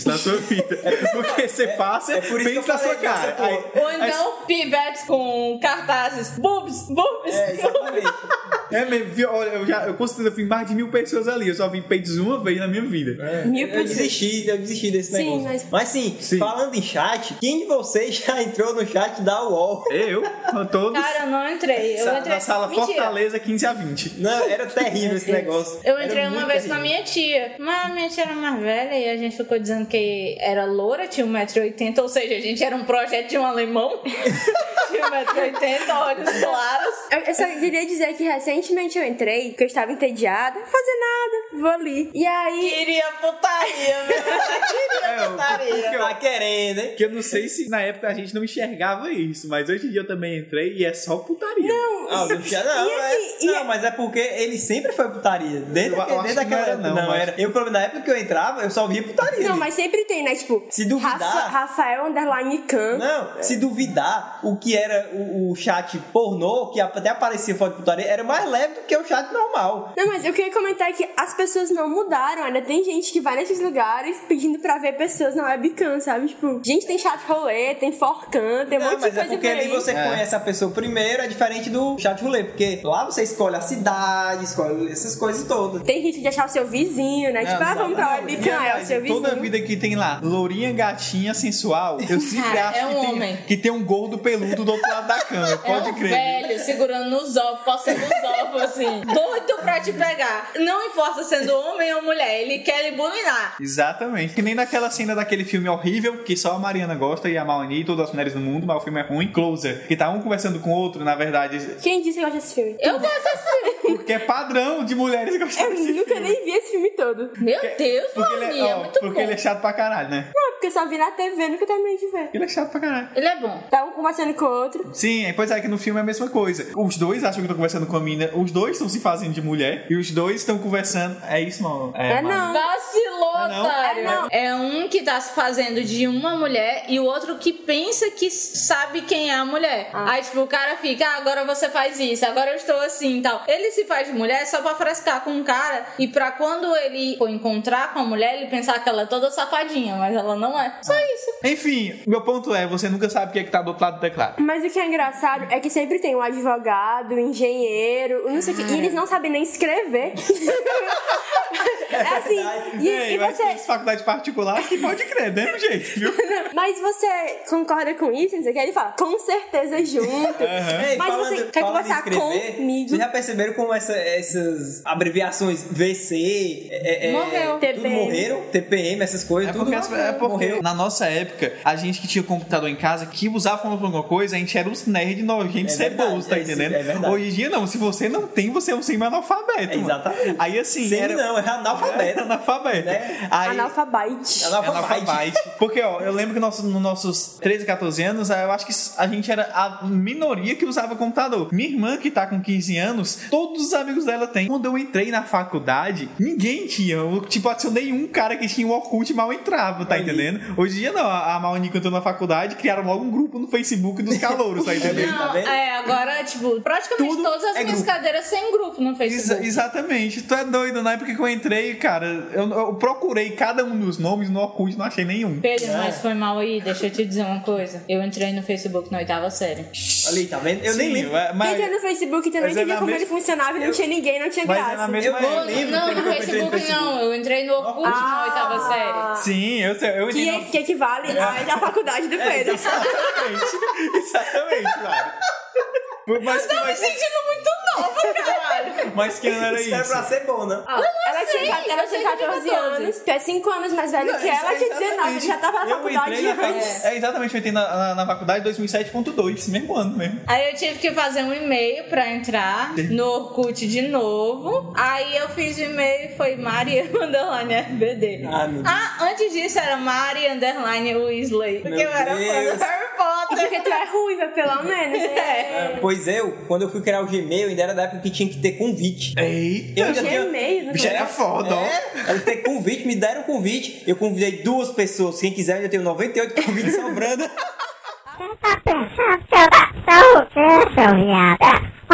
isso na sua vida. Porque você passa, É por isso que eu pensa na sua falei que você cara. Aí- Ou então, pivetes com cartazes. Boobs, boobs. É, exatamente. É mesmo, viu? Olha, eu já eu com certeza vi mais de mil pessoas ali. Eu só vi peitos uma vez na minha vida. É, Mil eu desisti, eu desisti desse Sim, negócio. mas- Mas sim, Sim. falando em chat, quem de vocês já entrou no chat da U O L? Eu, todos. Cara, eu não entrei. Eu Sa- entrei. na sala Mentira. Fortaleza, quinze a vinte. Não, era terrível esse negócio. Eu Era entrei uma muito vez com a terrível. minha tia, mas a minha tia era mais velha e a gente ficou dizendo que era loura, tinha um metro e oitenta, ou seja, a gente era um projeto de um alemão. Tinha um metro e oitenta, olhos claros. Eu, eu só queria dizer que recentemente eu entrei, porque eu estava entediada, fazer nada, vou ali. E aí. Queria putaria, meu. Queria É, putaria. porque eu- Tá querendo, hein? Que eu não sei se na época a gente não enxergava isso, mas hoje em dia eu também entrei e é só putaria. Não, Ah, não, tinha- não, E assim, é, e não, mas é porque ele sempre foi putaria. Desde, Eu- eu desde acho que aquela não era, não, mas- era. Eu, na época que eu entrava, eu só via putaria. Não, ali. mas sempre tem, né? Tipo, Se duvidar- Rafa- Rafael Underline Khan. Não, se duvidar, o que era o, o chat pornô, que até aparecia foto de putaria, era mais leve do que o chat normal. Não, mas eu queria comentar que as pessoas não mudaram. Ainda tem gente que vai nesses lugares pedindo pra ver pessoas na webcam, sabe? Tipo, gente, tem chat rolê, tem forcam, tem um Não, monte de mas coisa é porque ali diferente. você É. conhece a pessoa primeiro, é diferente do chat rolê, porque lá você escolhe a cidade, escolhe essas coisas todas. Tem risco de achar o seu vizinho, né? tipo, ah, vamos pra exatamente. E, webcam, é o aliás, seu vizinho. toda vida que tem lá, lourinha, gatinha, sensual, eu sempre Ah, acho é um que, tem, homem. que tem um gordo peludo do outro lado da cama. Pode é um crer. velho segurando nos ovos, coçando os ovos, assim. Doido pra te pegar. Não importa sendo homem ou mulher, ele quer lhe bulinar. Exatamente. Que nem naquela cena daquele filme horrível, que só a Mariana gosta e a Maoni e todas as mulheres do mundo, mas o filme é ruim. Closer. Que tá um conversando com o outro, na verdade, Quem disse que gosta desse filme? Eu gosto desse filme. porque é padrão de mulheres gostarem Eu desse nunca filme. nem vi esse filme todo. Meu Deus, Porque, ele Mauni, é, é ó, muito porque bom. ele é chato pra caralho, né? Não, porque eu só vi na T V, nunca terminei de ver. Ele é chato pra caralho. Ele é bom. Tá um conversando com o outro. Sim, pois é que no filme é a mesma coisa. Os dois acham que estão conversando com a mina, os dois estão se fazendo de mulher e os dois estão conversando. É isso, não? É, Malu? não. Vacilou, É não? otário. É não. É um que tá se fazendo de uma mulher e o outro que pensa que sabe quem é a mulher. Aí, tipo, o cara fica, ah, agora você faz isso, agora eu estou assim e tal. Ele se faz de mulher só pra frescar com o cara e pra quando ele for encontrar com a mulher, ele pensar que ela é toda safadinha, mas ela não é. Só isso. Enfim, meu ponto é, você nunca sabe o que é que tá do outro lado do teclado. Mas o que é engraçado é que sempre tem um advogado, um engenheiro, não sei o que, e eles não sabem nem escrever. É assim, e, Ei, e mas você. tem faculdade particular que pode crer, do mesmo jeito, viu? Mas você concorda com isso? Não sei o que. Ele fala, com certeza junto. Ei, Mas falando, você quer falando em conversar escrever, comigo? vocês já perceberam como essa- essas abreviações V C, é, é, Morreu. tudo T P M. morreram, T P M, essas coisas, É tudo porque, as- é porque morreu. na nossa época, a gente que tinha computador em casa, que usava pra alguma coisa, a gente era uns nerds nojentos, É verdade, cebosos, tá é isso, entendendo? é verdade. Hoje em dia não, se você não tem, você é um semi-analfabeto. É, mano. exatamente. Aí assim. Semi era... não, é analfabeto. É, analfabeto. Né? Aí... Analfabite. Analfabite. Analfabite. Porque, ó, eu lembro que nosso, nos nossos treze, catorze anos, eu acho que a gente era a minoria que usava computador. Minha irmã, que tá com quinze anos, todos os amigos dela têm. Quando eu entrei na faculdade, ninguém tinha. Eu, tipo, adicionei um cara que tinha um Orkut e mal entrava, tá Aí. entendendo? Hoje em dia, não. A Maoni, quando entrou na faculdade, criaram logo um grupo no Facebook dos calouros, tá entendendo? Não, vendo? é, agora, tipo, praticamente Tudo todas as é minhas grupo. cadeiras sem grupo no Exa- Facebook. exatamente. Tu é doido. Na época que eu entrei, cara, eu, eu procurei cada um dos nomes no Orkut, não achei nenhum. Pedro, É. mas foi mal aí, deixa eu te dizer uma coisa. Eu entrei no Facebook na oitava série. Ali, tá vendo? Eu nem Sim, lembro. é- mas- Quem entrou no Facebook também mas é entendia na como mesma- ele funcionava e não tinha ninguém, não tinha Mas é graça. na mesma Eu vou- época. lembro Não, quando no eu entrei no Facebook Facebook. não. Eu entrei no Orkut na oitava série. Sim, eu sei. Eu Que, entrei no- que equivale à, à faculdade do Pedro. Exatamente. Exatamente, claro. Mas, Tô me mas, sentindo muito nova, caralho. mas que ano era Isso era isso? pra ser bom, né? ela sei, tinha, ela eu sei tinha que tinha catorze catorze. anos, tu é cinco anos mais velho Não, que isso ela, é tinha dezenove, exatamente. já tava na Eu faculdade. entrei na já. fac- É, exatamente, eu entrei na, na, na faculdade em dois mil e sete ponto dois, mesmo ano mesmo. Aí eu tive que fazer um e-mail pra entrar no Orkut de novo. Aí eu fiz o e-mail e foi Mari underline R B D. Ah, meu Deus. Ah, antes disso era Mari underline Weasley. Porque Meu eu era fã Deus. do Harry E Potter. porque tu é ruiva, pelo menos. né? É. Pois eu, quando eu fui criar o Gmail, ainda era da época que tinha que ter convite. Eita, Eu já Tinha tinha- e-mail, não bicho foi? era foda, ó. É, era ter convite, me deram convite. Eu convidei duas pessoas. Quem quiser, eu ainda tenho noventa e oito convites sobrando. Você tá pensando que eu dá saúde, seu viado?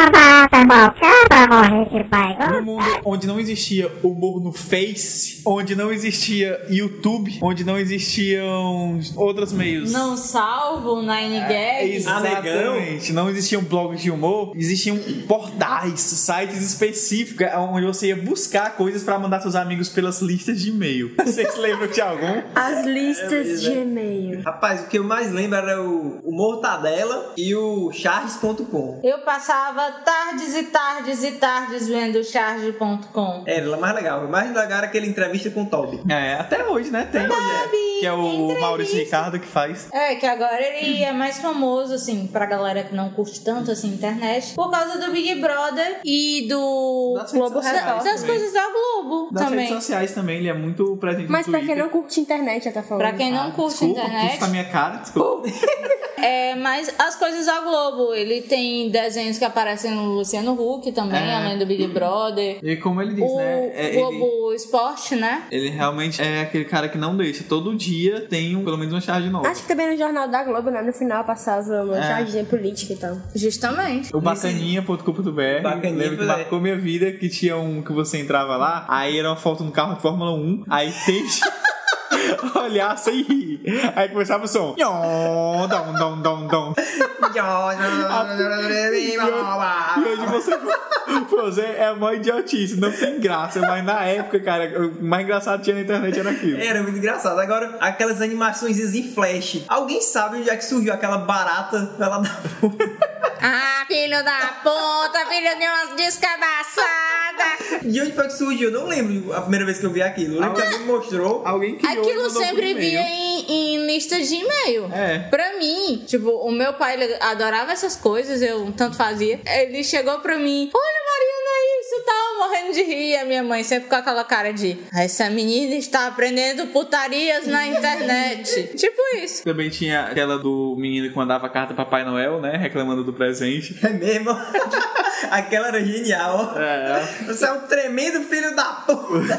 batata boca pra morrer de barriga. No mundo onde não existia humor no Face, onde não existia YouTube, onde não existiam outros meios. Não salvo, Nine Gags. Exatamente. Não existiam blogs de humor, existiam portais, sites específicos onde você ia buscar coisas pra mandar seus amigos pelas listas de e-mail. Vocês lembram de algum? As listas de e-mail. Rapaz, o que eu mais lembro era o, o Mortadela e o charges ponto com. Eu passava tardes e tardes e tardes vendo o charge ponto com. Era mais legal. O mais legal era aquele entrevista com o Toby. É, até hoje, né? Tem. Que é o entrevista. Maurício Ricardo que faz. É, que agora ele é mais famoso, assim, pra galera que não curte tanto, assim, internet, por causa do Big Brother e do Das Globo redes sociais Repórter. Das também. coisas da Globo Das também. redes sociais também, ele é muito presente Mas no pra Twitter. quem não curte internet, já tá falando. Pra quem não Ah, curte desculpa, internet. Custa minha cara, desculpa. É, mas as coisas da Globo. Ele tem desenhos que aparecem no Luciano Huck também, É. além do Big Brother. E como ele diz, O né? é, Globo Esporte, né? ele, ele realmente é aquele cara que não deixa. Todo dia tem um, pelo menos uma charge nova. Acho que também no Jornal da Globo, né? No final passava uma É. charginha política e tal. Justamente. O bacaninha ponto com ponto b r. Bacaninha, Lembro que pois é. marcou minha vida, que tinha um que você entrava lá, aí era uma foto no carro de Fórmula um, aí tente olhar sem rir. Aí começava o som. Nhon, dom, dom, dom, dom. E hoje você, você é a maior idiotice, não tem graça. Mas na época, cara, o mais engraçado que tinha na internet era aquilo. Era muito engraçado. Agora, aquelas animações em flash. Alguém sabe onde é que surgiu aquela barata ela da puta? Ah, filho da puta, filho de uma descabaçada. De onde foi que surgiu? Eu não lembro a primeira vez que eu vi aquilo. Eu lembro que alguém me mostrou. Alguém criou e Aquilo mandou por sempre e-mail. via em, em listas de e-mail. É. Pra mim, tipo, o meu pai ele adorava essas coisas, eu tanto fazia. Ele chegou pra mim, olha, Mariana, é isso, tal, morrendo de rir. E a minha mãe sempre com aquela cara de, essa menina está aprendendo putarias na internet. Tipo isso. Também tinha aquela do menino que mandava carta pra Papai Noel, né? Reclamando do presente. É mesmo? Aquela era genial. É. Você é um tremendo filho da puta.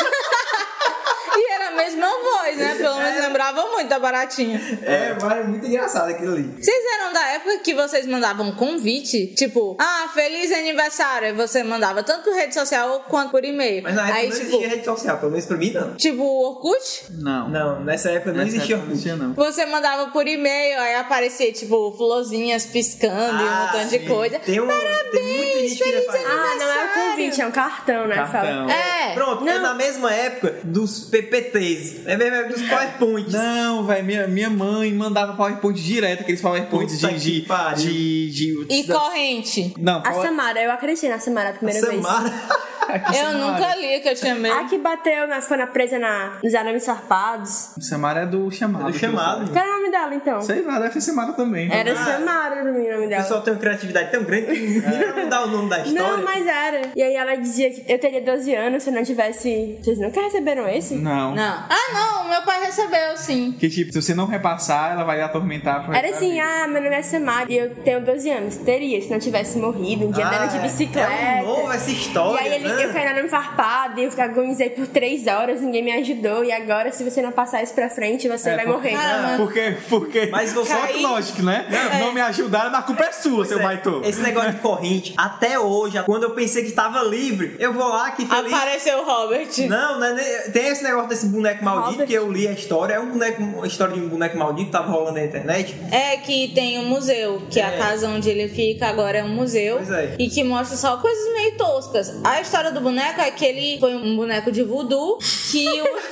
E era a mesma voz, né? Pelo menos lembrava muito da baratinha. É, mas é muito engraçado aquilo ali. Vocês eram da época que vocês mandavam convite? Tipo, ah, feliz aniversário. E você mandava tanto por rede social quanto por e-mail. Mas na época Aí, não tipo, existia rede social, pelo menos pra mim não. tipo o Orkut? Não. Não, nessa época não Nessa existia época não Orkut. existia, não. Você mandava por e-mail, aí aparecia, tipo, florzinhas piscando e um Ah, montão de sim. coisa. Tem, um, tem muita gente que feliz faz. Ah, não é um convite, é um cartão, né? Cartão. Fala. É. Pronto, é Não. na mesma época dos P P Ts. É mesmo época dos PowerPoints. Não, velho, minha, minha mãe mandava PowerPoint direto, aqueles PowerPoints Puta de, que de, pariu. de, de, E da- corrente. Não, A power- Samara, eu acreditei na Samara a primeira vez. Samara. Eu nunca li, que eu tinha medo. A que bateu, nas, foi na presa na, nos arames sarpados. Samara é do chamado. É do chamado. Qual era o nome dela, então? Sei lá, deve ser Samara também. Era Ah. Samara pra mim o nome O dela. pessoal tem uma criatividade tão grande que não vai mudar o nome da história. Não, mas era. E aí ela dizia que eu teria doze anos se eu não tivesse... Vocês nunca receberam esse? Não. Não. Ah, não, meu pai recebeu, sim. Que tipo, se você não repassar, ela vai atormentar. pro Era resto da assim, vida. ah, meu nome é Samara e eu tenho doze anos. Teria, se não tivesse morrido, um dia Ah, andando de é. bicicleta. É um novo essa E história, aí ele, né? eu caí na arame farpado e eu agonizei por três horas, ninguém me ajudou. E agora, se você não passar isso pra frente, você É, vai por- morrer. Ah, Porque, porque. Mas você- Só que lógico, né? Não me ajudaram, a culpa é sua, seu É, baitô. esse negócio de corrente, até hoje, quando eu pensei que estava livre, eu vou lá que feliz. Apareceu o Robert. Não, né? Tem esse negócio desse boneco maldito Robert. que eu li a história. É um boneco, uma história de um boneco maldito que tava rolando na internet. É que tem um museu, que É. a casa onde ele fica agora é um museu. Pois é. E que mostra só coisas meio toscas. A história do boneco é que ele foi um boneco de voodoo, que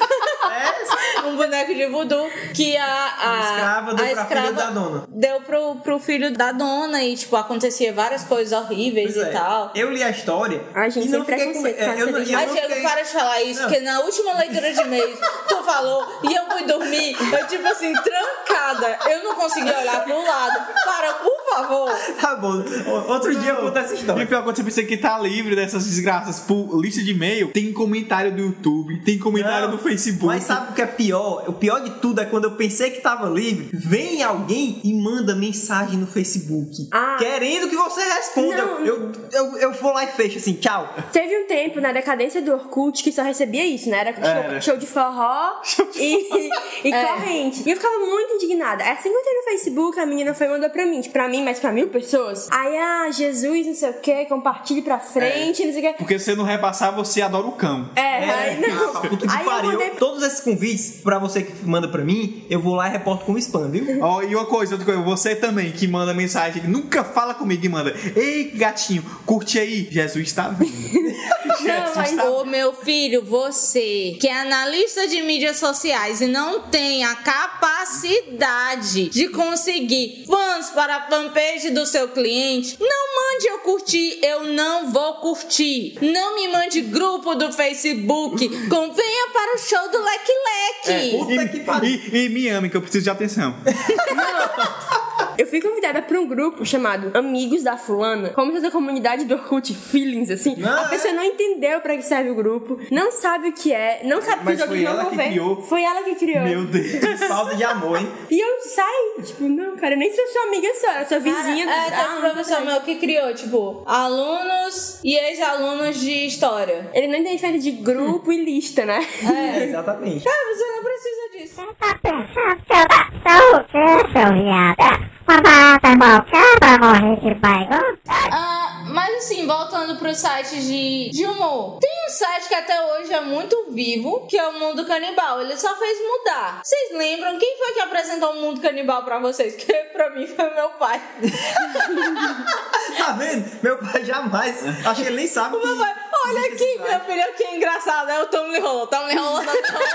o... um boneco de voodoo que a, a, A escrava deu a pra filha da dona. Deu pro, pro filho da dona e, tipo, acontecia várias coisas horríveis Pois e é. tal. Eu li a história. Ai, gente, e não sem fiquei com preconceito é, com eu, não- essa eu Ai, não Diego, fiquei- para de falar isso, Não. porque na última leitura de e-mails tu falou e eu fui dormir, eu tipo assim, trancada. Eu não conseguia olhar pro lado. Para, por favor. Tá bom. O- Outro dia eu conto essa E história. pior, quando você pensa que tá livre dessas desgraças por lista de e-mail, tem comentário do YouTube, tem comentário Não, do Facebook. Mas sabe o que é pior? O pior de tudo é quando eu pensei que tava livre, vem alguém e manda mensagem no Facebook. Ah. Querendo que você responda. Não. Eu, eu, eu vou lá e fecho assim, tchau. Teve um tempo na decadência do Orkut que só recebia isso, né? Era show, Era. show de forró e, e É. corrente. E eu ficava muito indignada. Assim que eu entrei no Facebook, a menina foi e mandou pra mim. Tipo, pra mim mas pra mil pessoas. Aí, ah, Jesus, não sei o que, compartilhe pra frente, é. não sei o que. Porque se você não repassar, você adora o cão. É, é aí não. Ah, puta que Aí pariu. mandei... Todos esses convites, pra você que manda pra mim, eu vou lá e reporto como spam, viu? Ó, oh, e uma coisa, outra coisa, você também que manda mensagem, que nunca fala comigo e manda: ei, gatinho, curte aí, Jesus tá vindo. Não, mas tá... Ô, meu filho, você que é analista de mídias sociais e não tem a capacidade de conseguir fãs para a fanpage do seu cliente, não mande eu curtir, eu não vou curtir. Não me mande grupo do Facebook, convenha para o show do Leque Leque. É, puta que pariu. E, e me ame, que eu preciso de atenção. Eu fui convidada pra um grupo chamado Amigos da Fulana, como se fosse a comunidade do Orkut Feelings, assim. Não, a pessoa é? não entendeu pra que serve o grupo, não sabe o que é, não sabe que Mas os outros foi não ela vão que ver. criou. Foi ela que criou. Meu Deus. Falta de amor, hein? E eu saí, tipo, não, cara, eu nem sou sua amiga só, eu sou vizinha. Cara, é, do... teve um ah, professor meu que criou, tipo, alunos e ex-alunos de história. Ele não entende diferença de grupo e lista, né? É, exatamente. É, você não precisa disso. Tá pensando que eu sou o quê, seu viado? Uma barata malcada pra morrer de barriga? Ah, mas assim, voltando pro site de, de humor. Tem um site que até hoje é muito vivo, que é o Mundo Canibal. Ele só fez mudar. Vocês lembram? Quem foi que apresentou o Mundo Canibal pra vocês? Que pra mim foi meu pai. Tá vendo? Meu pai jamais. Acho que ele nem sabe. O meu pai, olha que aqui, meu filho, que engraçado. É o Tom Lee Roll. Tom Lee Roll.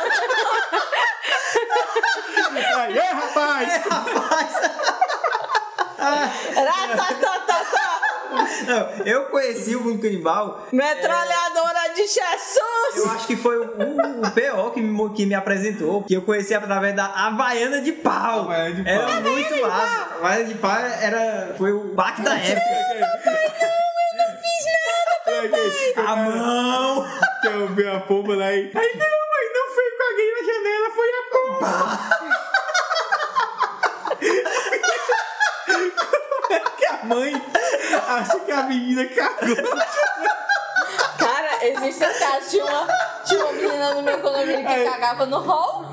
Aí, é, rapaz! É, rapaz. Não, eu conheci o Mundo Canibal. Metralhadora de Jesus! Eu acho que foi o, o, o P O que me, que me apresentou, que eu conheci através da Havaiana de Pau. Havaiana de Pau. Era muito massa. A Havaiana de Pau era, foi o baque da época. A mão! Que eu vi a pomba lá e... Ai, não, mãe, não foi com alguém na janela, foi a pomba! Como é que a mãe acha que a menina cagou? Cara, existe um caso, tinha uma, tinha uma menina no meu condomínio que Ai. cagava no hall.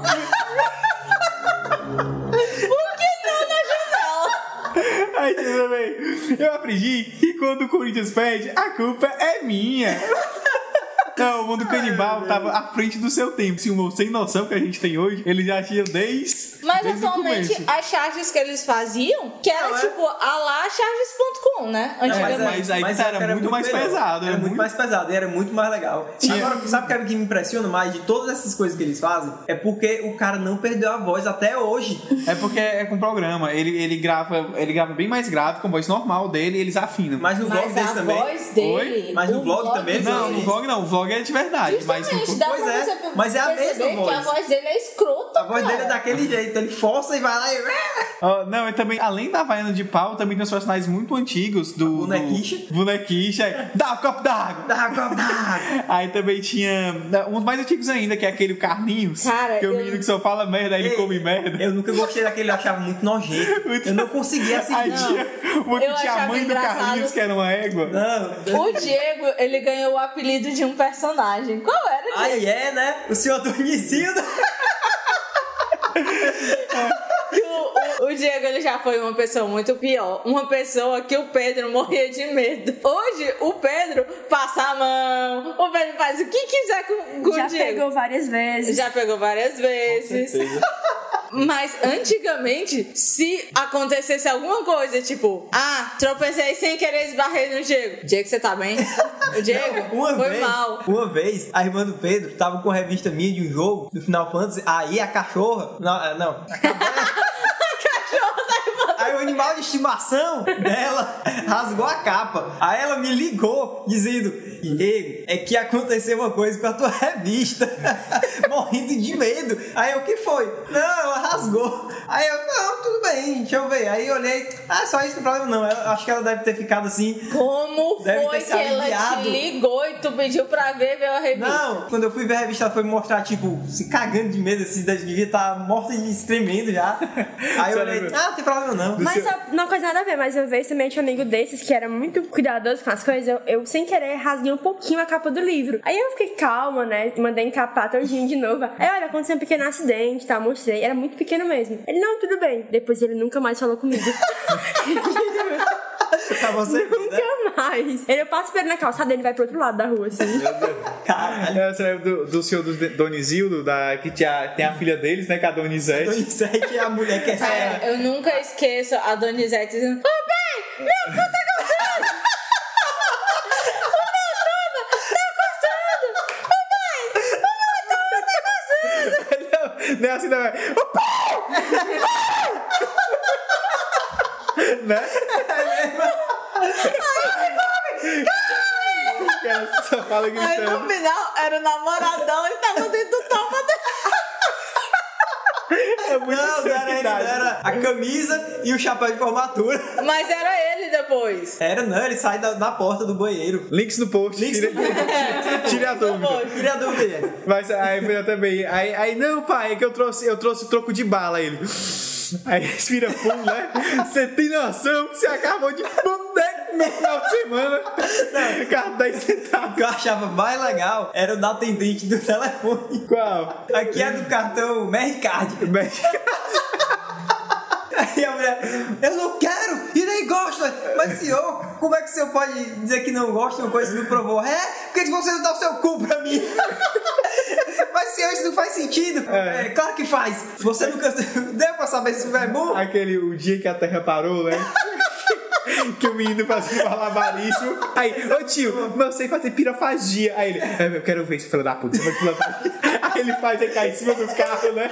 Por que não na janela? Aí, tudo bem. Eu aprendi que quando o Corinthians perde, a culpa é minha. Não, o Mundo Canibal tava à frente do seu tempo. Se um sem noção que a gente tem hoje, ele já tinha desde. Mas desde o atualmente começo. as charges que eles faziam, que era Não, é? tipo a lá charges ponto com, né? Não, Antigamente. mas aí tá, era muito mais melhor. pesado, Era era muito muito- mais pesado e era muito mais legal. Tinha- Agora, sabe o que é o que me impressiona mais de todas essas coisas que eles fazem? É porque o cara não perdeu a voz até hoje. É porque é com programa. Ele, ele, grava, ele grava bem mais grave, com a voz normal dele e eles afinam. Mas no vlog Mas deles a também. voz dele. Oi? Mas no o vlog também eles Não, Sim. no vlog não. O vlog é de verdade. Mas Justamente, no... dá Pois pra é, você mas é a perceber mesma que a voz. voz dele é escrota. A voz dele é cara. daquele jeito, ele força e vai lá e... Ah, não, e também, além da Havaiana de Pau, também tem os personagens muito antigos do... Bonequicha. Do... Bonequicha. Dá um copo d'água. Dá, dá, dá. Aí também tinha uns mais antigos ainda, que é aquele Carlinhos. Cara, que é o eu- menino que só fala merda, aí ele Ei, come merda. Eu nunca gostei daquele, eu achava muito nojento. Muito- Eu não conseguia Aí assistir. tinha uma que Eu tinha a achava mãe do engraçado. Carlinhos, que era uma égua. Não. O Diego, ele ganhou o apelido de um personagem. Qual era, Diego? Aí é, né? O senhor Dormicildo. Que o, o, o Diego, ele já foi uma pessoa muito pior. Uma pessoa que o Pedro morria de medo. Hoje, o Pedro passa a mão. O Pedro faz o que quiser com, com Já o Diego. pegou várias vezes. Já pegou várias vezes. Mas antigamente, se acontecesse alguma coisa, tipo, ah, tropecei sem querer, esbarrei no Diego. Diego, você tá bem? O Diego Uma foi vez, mal. uma vez, a irmã do Pedro tava com a revista minha de um jogo do Final Fantasy. Aí a cachorra. Não, não. A Cachorro da irmã. Aí o animal de estimação dela rasgou a capa. Aí ela me ligou dizendo: Diego, é que aconteceu uma coisa com a tua revista. Morrendo de medo. Aí eu, o que foi? Não, ela rasgou. Aí eu, não, tudo bem, deixa eu ver. Aí eu olhei, ah, só isso, não tem problema não. Eu acho que ela deve ter ficado assim. Como Deve foi ter se que ela aliviado. te ligou e tu pediu pra ver, ver a revista? Não, quando eu fui ver a revista, ela foi me mostrar, tipo, se cagando de medo, assim, devia estar morta e tremendo já. Aí eu olhei, ah, não tem problema não. Mas só, não coisa nada a ver, mas uma vez também tinha um amigo desses que era muito cuidadoso com as coisas. Eu, eu sem querer, rasguei um pouquinho a capa do livro. Aí eu fiquei calma, né? Mandei encapar todinho de novo. Aí, olha, aconteceu um pequeno acidente, tá? Mostrei. Era muito pequeno mesmo. Ele, não, tudo bem. Depois ele nunca mais falou comigo. Você Nunca mais. Ele, eu passo por ele na calçada, ele vai pro outro lado da rua, assim. Caralho. É, você lembra do, do senhor do Donizildo, da, que tinha, tem a filha deles, né? Que é a Donizete. Donizete é a mulher que é cega. É, eu nunca esqueço a Donizete dizendo: Ô pai, meu cu tá cortando! O meu tubo tá cortando! Ô pai, o meu tubo tá cortando! Não, não é assim, não é. O pau! Né? O cara só fala Aí gritando. no final era o namoradão e tava dentro do topo dele. É muito Não, não era ele, não, insanidade. era a camisa e o chapéu de formatura. Mas era ele depois. Era não, ele sai da, da porta do banheiro. Links no post. Links tire, no post. tire a dúvida. Queria dúvida. Mas aí eu também. Aí, aí, não, pai, é que eu trouxe, eu trouxe troco de bala. Ele. Aí respira fundo, né? Você tem noção que você acabou de fuder no final de semana? Não, cara, dez centavos. O que eu achava mais legal era o da atendente do telefone. Qual? Aqui é do cartão Mercard. Aí a mulher, eu não quero, e nem gosta. Mas senhor, como é que o senhor pode dizer que não gosta de uma coisa que não provou? É? Por que você não dá o seu cu pra mim? Mas senhor, isso não faz sentido. É. É, claro que faz. Você nunca deu pra saber se é bom? Aquele, o dia que a Terra parou, né? Que o menino fazia malabarismo. Aí, ô tio, mas eu sei fazer pirofagia. Aí ele, "É, eu quero ver esse filho da puta, você vai pirofagia." Aí ele faz ele cair em cima do carro, né?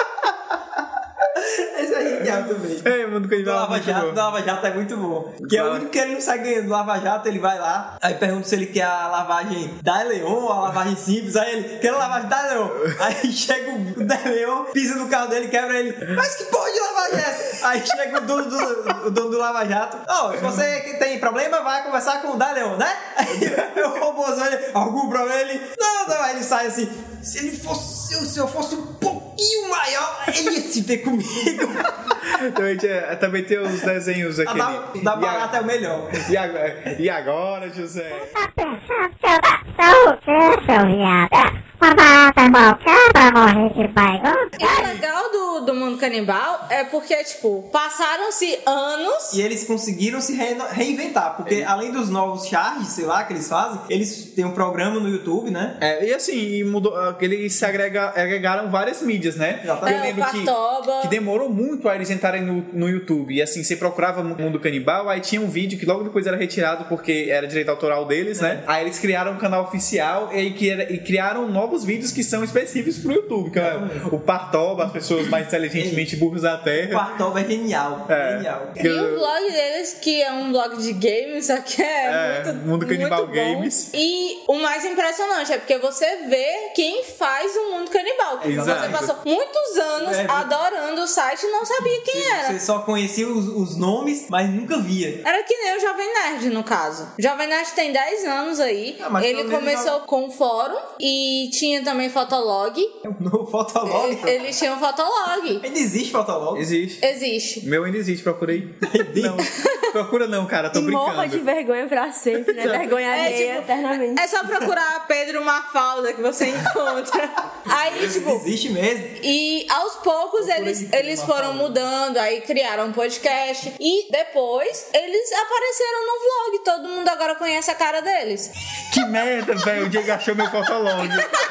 Esse é genial também. É, mano, que ele Do Lava Jato, do Lava Jato é muito bom. Que é o único que ele não sai ganhando do Lava Jato, ele vai lá, aí pergunta se ele quer a lavagem da Leon ou a lavagem simples, aí ele quer a lavagem da Leon. Aí chega o da Leon, pisa no carro dele, quebra ele. Mas que porra de lavagem é essa? Aí chega o dono do, o dono do Lava Jato. Ó, oh, se você que tem problema, vai conversar com o da Leon, né? Aí o robôzão, ele, algum problema? Ele, não, não. Aí ele sai assim, se ele fosse, se eu fosse um pouquinho maior, ele ia se ver comigo. Também, tinha, também tem os desenhos A aquele. da, da e, barata é o melhor. e, agora, e agora, José? Tá pensando que eu sou o quê, seu viado? Uma barata qualquer pra morrer de barriga? E o legal do, do mundo canibal é porque, tipo, passaram-se anos. E eles conseguiram se re- reinventar, porque além dos novos charges, sei lá, que eles fazem, eles têm um programa no YouTube, né? É, e assim, e mudou, eles se agrega, agregaram várias mídias, né? Exatamente. Eu lembro É, o que, Partoba. que demorou muito a eles entrarem no, no YouTube. E assim, você procurava Mundo Canibal, aí tinha um vídeo que logo depois era retirado porque era direito autoral deles, né? Aí eles criaram um canal oficial e, que era, e criaram novos vídeos que são específicos pro YouTube, que é o Partoba, as pessoas mais inteligentemente burras da O Terra. Partoba é genial, É. genial. E o blog deles, que é um blog de games, só que é, É, muito, Mundo Canibal muito bom. Games. E o mais impressionante é porque você vê quem faz o Mundo Canibal. Porque Exato. você passou muitos anos É, adorando o site e não sabia quem era. Você só conhecia os, os nomes, mas nunca via. Era que nem o Jovem Nerd, no caso. O Jovem Nerd tem dez anos aí. Ah, mas Ele pelo menos começou já- com o fórum e tinha também Fotolog. No Fotolog. Ele- Eles tinham Fotolog. Ainda existe Fotolog? Existe. Existe. O meu ainda existe, procurei. Não, procura não, cara, tô E morra de brincando. vergonha pra sempre, né? Vergonha É, alheia tipo, eternamente. É só procurar Pedro Mafalda que você encontra. Aí, tipo, Existe mesmo. e aos poucos eles, eles foram mudando, aí criaram um podcast. E depois eles apareceram no vlog. Todo mundo agora conhece a cara deles. Que merda, velho, o Diego achou meu fotolog.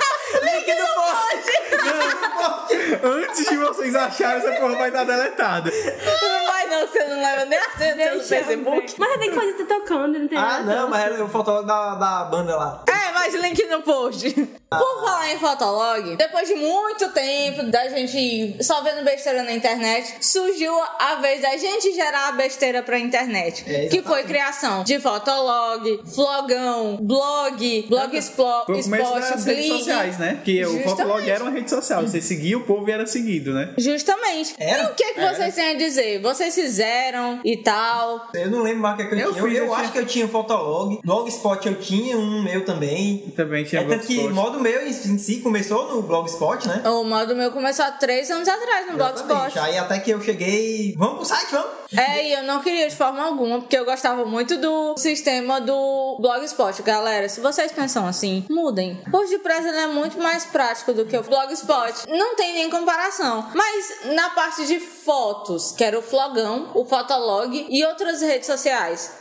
Link no post. Antes de vocês acharem, essa porra vai estar deletada. Não vai não, você não leva nem a senha do seu Deixa eu ver. Facebook. Mas você tem que fazer tá tocando, não tem Ah, nada. não, mas era o Fotolog da, da banda lá. É, mas link no post. Por falar em Fotolog, depois de muito tempo da gente só vendo besteira na internet, surgiu a vez da gente gerar besteira pra internet. É, que foi criação de Fotolog, Flogão, Blog, Blogspot, Foi o começo das redes Bling. sociais, né? Que o Justamente. Fotolog era uma rede social. Você seguia, o povo era seguido, né? Justamente. Era? E o que é que vocês têm a dizer? Vocês fizeram e tal. Eu não lembro mais o que, é que eu, Eu tinha. fiz, eu eu acho tinha- que eu tinha Blogspot. Blogspot eu tinha, um meu também. Também tinha É tanto que o Blogspot. modo meu em si começou no Blogspot, né? O modo meu começou há três anos atrás no Blogspot. Exatamente. Aí até que eu cheguei. Vamos pro site, vamos? É, e eu não queria de forma alguma, porque eu gostava muito do sistema do Blogspot. Galera, se vocês pensam assim, mudem. O WordPress ele é muito mais prático do que o Blogspot. Não tem nem comparação. Mas na parte de fotos, que era o Flogão, o Fotolog e outras redes sociais,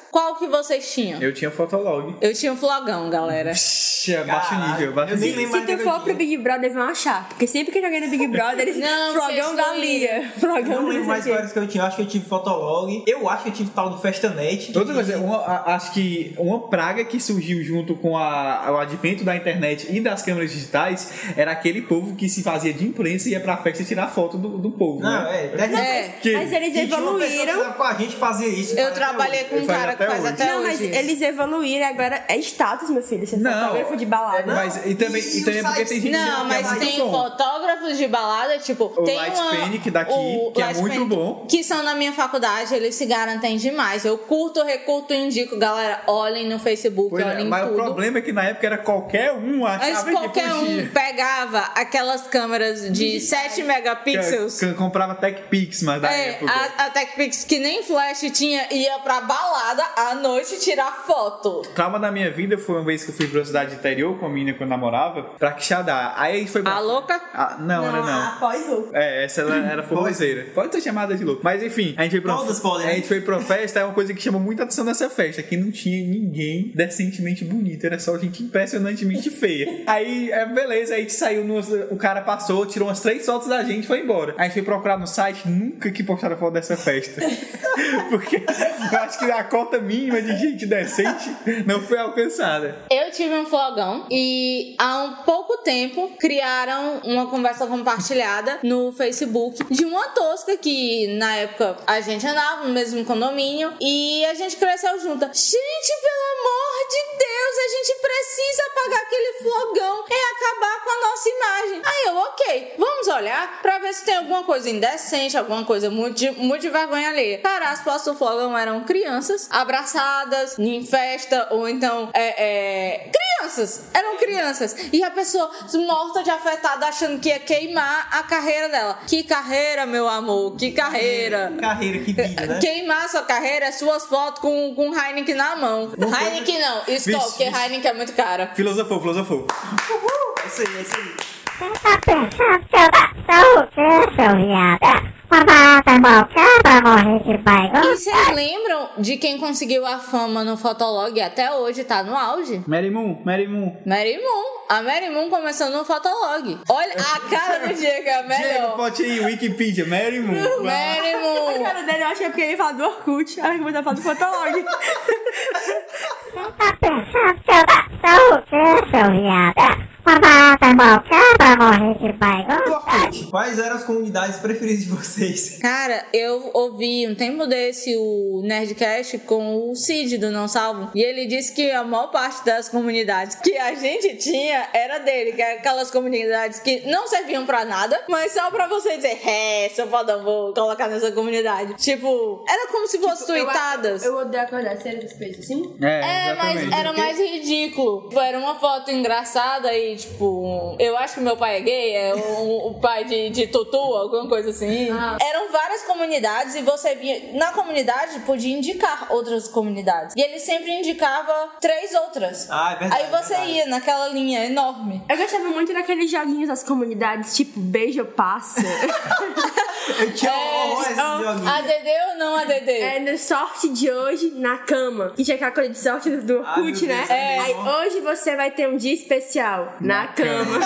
Qual que vocês tinham? Eu tinha Fotolog. Eu tinha um flogão, galera. Puxa, baixo nível, baixo eu nem nível. lembro Se mais tu do que eu for pro tinha. Big Brother, vão achar. Porque sempre que eu joguei no Big Brother, eles... Não, Flogão vocês da não liga. Eu Flogão não lembro do mais quais que eu tinha. Eu acho que eu tive Fotolog. Eu acho que eu tive tal do Festanet. Outra coisa, uma, a- acho que uma praga que surgiu junto com a- o advento da internet e das câmeras digitais era aquele povo que se fazia de imprensa e ia pra festa tirar foto do, do povo, Não, né? é. Não, É. Que- Mas eles E tinha uma pessoa que evoluíram. estava com a gente que fazia isso. Eu faz até trabalhei hoje. com um Faz cara que até faz hoje. até Não, hoje. mas isso. eles evoluíram. Agora é status, meu filho. Você é Não. fotógrafo de balada. Mas e também, e E também o porque tem gente Não, que mas é muito tem bom. fotógrafos de balada, tipo, O tem Light uma, Panic daqui, o que é Light muito Panic, bom. que são na minha faculdade, eles se garantem demais. Eu curto, recurto, indico, galera, olhem no Facebook, Pois é, olhem mas tudo. o problema é que na época era qualquer um Mas achava qualquer que um podia. pegava aquelas câmeras de sete megapixels. Que- que comprava TechPix, mas da É, época. a, a TechPix que nem flash tinha, ia pra balada à noite tirar foto. Trauma da minha vida foi uma vez que eu fui pra uma cidade interior com a menina que eu namorava, pra Quixadá. Aí foi pra... A louca? Ah, não, era não. Após o... É, essa ela era forrozeira. Pode ser chamada de louco. Mas enfim, a gente foi pra uma, Todas podem, a né? gente foi pra uma festa, é uma coisa que chamou muita atenção nessa festa, que não tinha ninguém decentemente bonito, era só gente impressionantemente feia. Aí, é, beleza, aí a gente saiu, no, o cara passou, tirou umas três fotos da gente e foi embora. Aí a gente foi procurar no site, nunca que postaram foto dessa festa. Porque eu acho que a cota mínima de gente decente não foi alcançada. Eu tive um flogão e há um pouco tempo criaram uma conversa compartilhada no Facebook de uma tosca que na época a gente andava no mesmo condomínio e a gente cresceu junta. Gente, pelo amor de Deus, a gente precisa apagar aquele flogão e acabar com a nossa imagem. Aí eu, ok, vamos olhar pra ver se tem alguma coisa indecente, alguma coisa muito de, muito de vergonha alheia. Cara, as fotos do flogão eram crianças abraçadas em festa ou então é, é, crianças, eram crianças e a pessoa morta de afetada achando que ia queimar a carreira dela. Que carreira, meu amor, que carreira. Carreira, que vida, né? Queimar sua carreira é suas fotos com, com Heineken na mão. Heineken não, Skol, Vixe, porque vixe. Heineken é muito cara. Filosofou, filosofou. É isso aí, é isso aí. Você tá pensando que eu sou o quê, seu viado? Mamada malcada pra morrer de barriga. E vocês lembram de quem conseguiu a fama no Fotolog e até hoje tá no auge? Mary Moon, Mary Moon. Mary Moon. A Mary Moon começou no Fotolog. Olha, a cara do Diego é Diego, melhor. pode ir, Wikipedia, Mary Moon. Mary A Moon. cara dele, eu acho que é porque ele fala do Orkut. Aí eu vou falar do Fotolog. Você tá pensando que eu sou o quê, seu viado? Mamada malcada pra morrer de barriga. Orkut, quais eram as comunidades preferidas de vocês? Cara, eu ouvi um tempo desse o Nerdcast com o Cid do Não Salvo. E ele disse que a maior parte das comunidades que a gente tinha era dele. Que é aquelas comunidades que não serviam pra nada, mas só pra você dizer, é, seu fodão, vou colocar nessa comunidade. Tipo, era como se fossem tweetadas. Eu, eu odeio acordar sério das coisas assim. É, mas era mais ridículo. Tipo, era uma foto engraçada e, tipo, eu acho que meu pai é gay, é o, o pai de, de Tutu, alguma coisa assim. Ah. Eram várias comunidades e você via. Na comunidade podia indicar outras comunidades. E ele sempre indicava três outras. Ah, é verdade, Aí você é verdade. ia naquela linha enorme. Eu gostava muito daqueles joguinhos das comunidades, tipo Beijo Passa. Eu tinha horror a esses joguinhos. A D D ou não a D D? É no sorte de hoje na cama. Que tinha aquela coisa de sorte do Ah, Orkut, meu né? Deus, é. Aí hoje você vai ter um dia especial na, cama.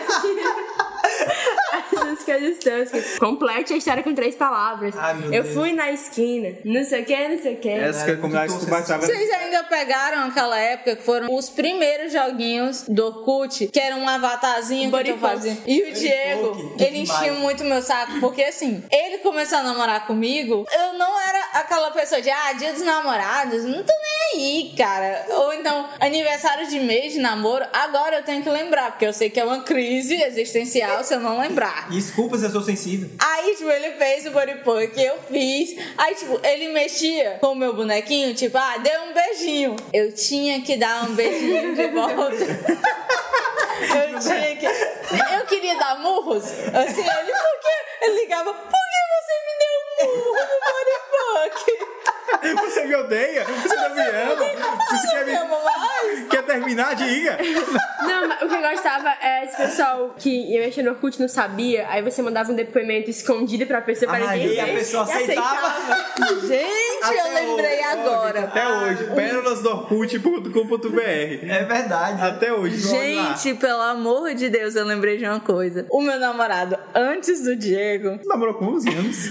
Essas coisas toscas. Complete a história com três palavras. Ai, meu Eu Deus. fui na esquina, não sei o que, não sei o que. Essa que é a comunidade que tu baixava. Vocês ainda pegaram aquela época que foram os primeiros joguinhos do Orkut, que era um avatarzinho que Body tu fazia. E o Diego, que ele enchia demais. muito meu saco, porque assim, ele começou a namorar comigo, eu não era aquela pessoa de, ah, dia dos namorados, não tô nem aí, cara. Ou então, aniversário de mês de namoro, agora eu tenho que lembrar, porque eu sei que é uma crise existencial se eu não lembrar. Desculpa se eu sou sensível. Aí, tipo, ele fez o body punk, eu fiz. Aí, tipo, ele mexia com o meu bonequinho, tipo, ah, deu um beijinho. Eu tinha que dar um beijinho de volta. Eu tinha que... Eu queria dar murros. Assim, ele, por que? Ele ligava, por que você me deu um murro no body punk? Você me odeia? Você não me ama? Você quer, Me me... ama mais? quer terminar? Diga. Não, mas o que eu gostava, é, esse pessoal que ia mexer no Orkut não sabia, aí você mandava um depoimento escondido pra pessoa, pra Ah, ninguém e a ver, pessoa e aceitava. Gente, Até eu lembrei hoje, agora. Até hoje, pérolas do orkut ponto com ponto b r. É verdade. Até hoje, vamos lá. Gente, pelo amor de Deus, eu lembrei de uma coisa. O meu namorado, antes do Diego... Você namorou com onze anos?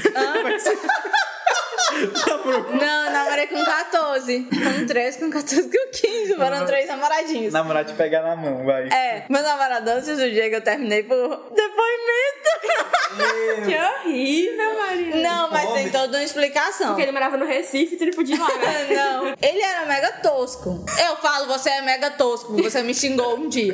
Namorou com... Não, namorei com catorze. Com treze, com catorze, com quinze. Foram três namoradinhos. Namorar te pegar na mão, vai. É, meu namorado, antes do Diego, eu terminei por depoimento. Que horrível, Maria. Não, mas Pobre. tem toda uma explicação. Porque ele morava no Recife, então ele podia ir lá, né? Não, ele era mega tosco. Eu falo, você é mega tosco, você me xingou um dia.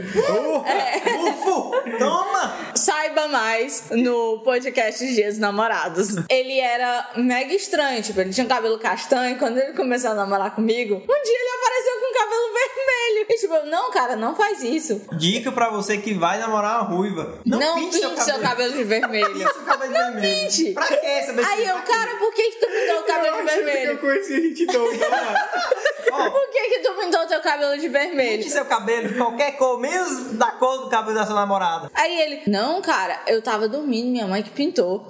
Ufo! Toma! Saiba mais no podcast Dias dos Namorados. Ele era mega estranho, tipo, ele tinha um cabelo castanho. Quando ele começou a namorar comigo, um dia ele apareceu com cabelo vermelho. E tipo, eu, não, cara, não faz isso. Dica pra você que vai namorar uma ruiva. Não, Não, pinte pinte seu cabelo de vermelho. Pinte seu cabelo de vermelho. Pinte. Pra que saber Aí se- eu, cara, por que que tu pintou o cabelo de Que eu vermelho? conheci a gente doida lá. Por que que tu pintou o teu cabelo de vermelho? Pinte seu cabelo de qualquer cor, menos da cor do cabelo da sua namorada. Aí ele, não, cara, eu tava dormindo, minha mãe que pintou.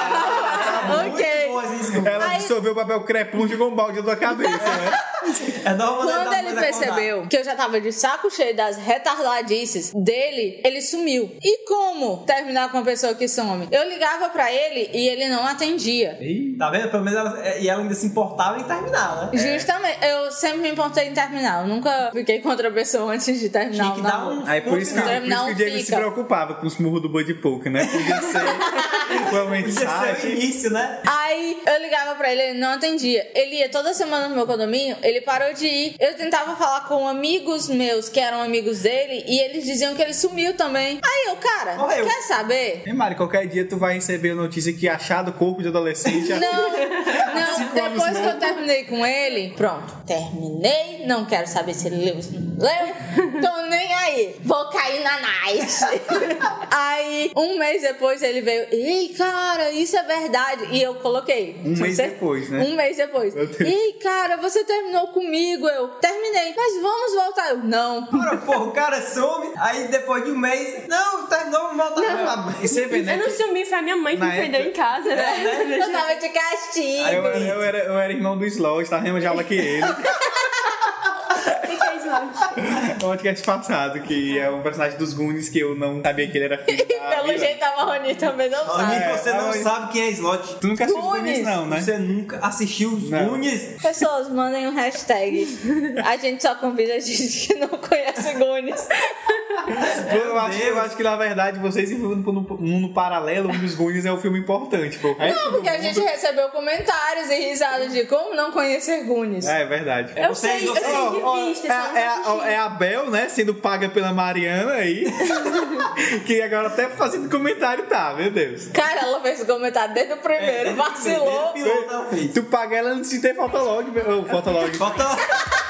Ok. Muito boa essa desculpa. Ela Aí- dissolveu o papel crepom e jogou um balde na tua cabeça, né? É normal Quando dar ele coisa percebeu que eu já tava de saco cheio das retardadices dele, ele sumiu. E como terminar com uma pessoa que some? Eu ligava pra ele e ele não atendia. acordar. Tá vendo? Pelo menos ela, e ela ainda se importava em terminar, né? Justamente, eu sempre me importei em terminar. Eu nunca fiquei com outra pessoa antes de terminar Tinha o que dar namoro. um- Aí por isso que, por Terminar isso que um o Diego se fica. preocupava com os murros do Bud Pouco, né? Podia ser uma Podia ser o mensagem. início, né? Aí eu ligava pra ele, ele não atendia. Ele ia toda semana no meu condomínio, ele parou de ir. Eu tentava falar com amigos meus que eram amigos dele e eles diziam que ele sumiu também. Aí eu, cara, Morreu. quer saber? Ei, Mari, qualquer dia tu vai receber a notícia que achado corpo de adolescente. Não, não, Cinco anos depois que novo. eu terminei com ele, pronto, terminei, não quero saber se ele leu ou se não leu, tô nem aí, vou cair na night. Aí, um mês depois ele veio, ei, cara, isso é verdade, e eu coloquei. Um Se mês você- depois, né? Um mês depois. Meu Deus. Ei, cara, você terminou comigo, eu terminei, mas vamos voltar, eu, não. Ora, porra, o cara some, aí depois de um mês, não, terminou, vamos voltar. E você vê, né? Eu não sumi, foi a minha mãe que Na me prendeu época- em casa, né? Eu tava de castigo. Eu, era- eu, era, eu era irmão do Slot, tava na mesma jaula que ele. O que que é isso, Lorde? No podcast passado, que é um personagem dos Goonies que eu não sabia que ele era filho da Pelo Miranda. jeito a Marroni também não sabe. Amigo, você não É, sabe quem é Slot. Tu nunca assistiu os Goonies. Goonies, não, né? Você nunca assistiu os Não. Goonies? Pessoas, mandem um hashtag. A gente só convida a gente que não conhece Goonies. Eu acho, eu Deus. acho que, na verdade, vocês vivem num mundo paralelo, onde os Goonies é o filme importante. Pô. O resto Não, do porque a mundo- gente recebeu comentários e risadas de como não conhecer Goonies. É, é verdade. Eu Vocês- sei, eu vocês- sei Ó, de ó, vista, é, só é, não a- assisti. é a Bel, né? Sendo paga pela Mariana aí. Que agora até fazendo comentário tá, meu Deus. Cara, ela fez o comentário desde o primeiro, vacilou. Desde o piloto, ela fez. Tu paga ela antes de ter fotolog, meu. Ô, fotolog. Bota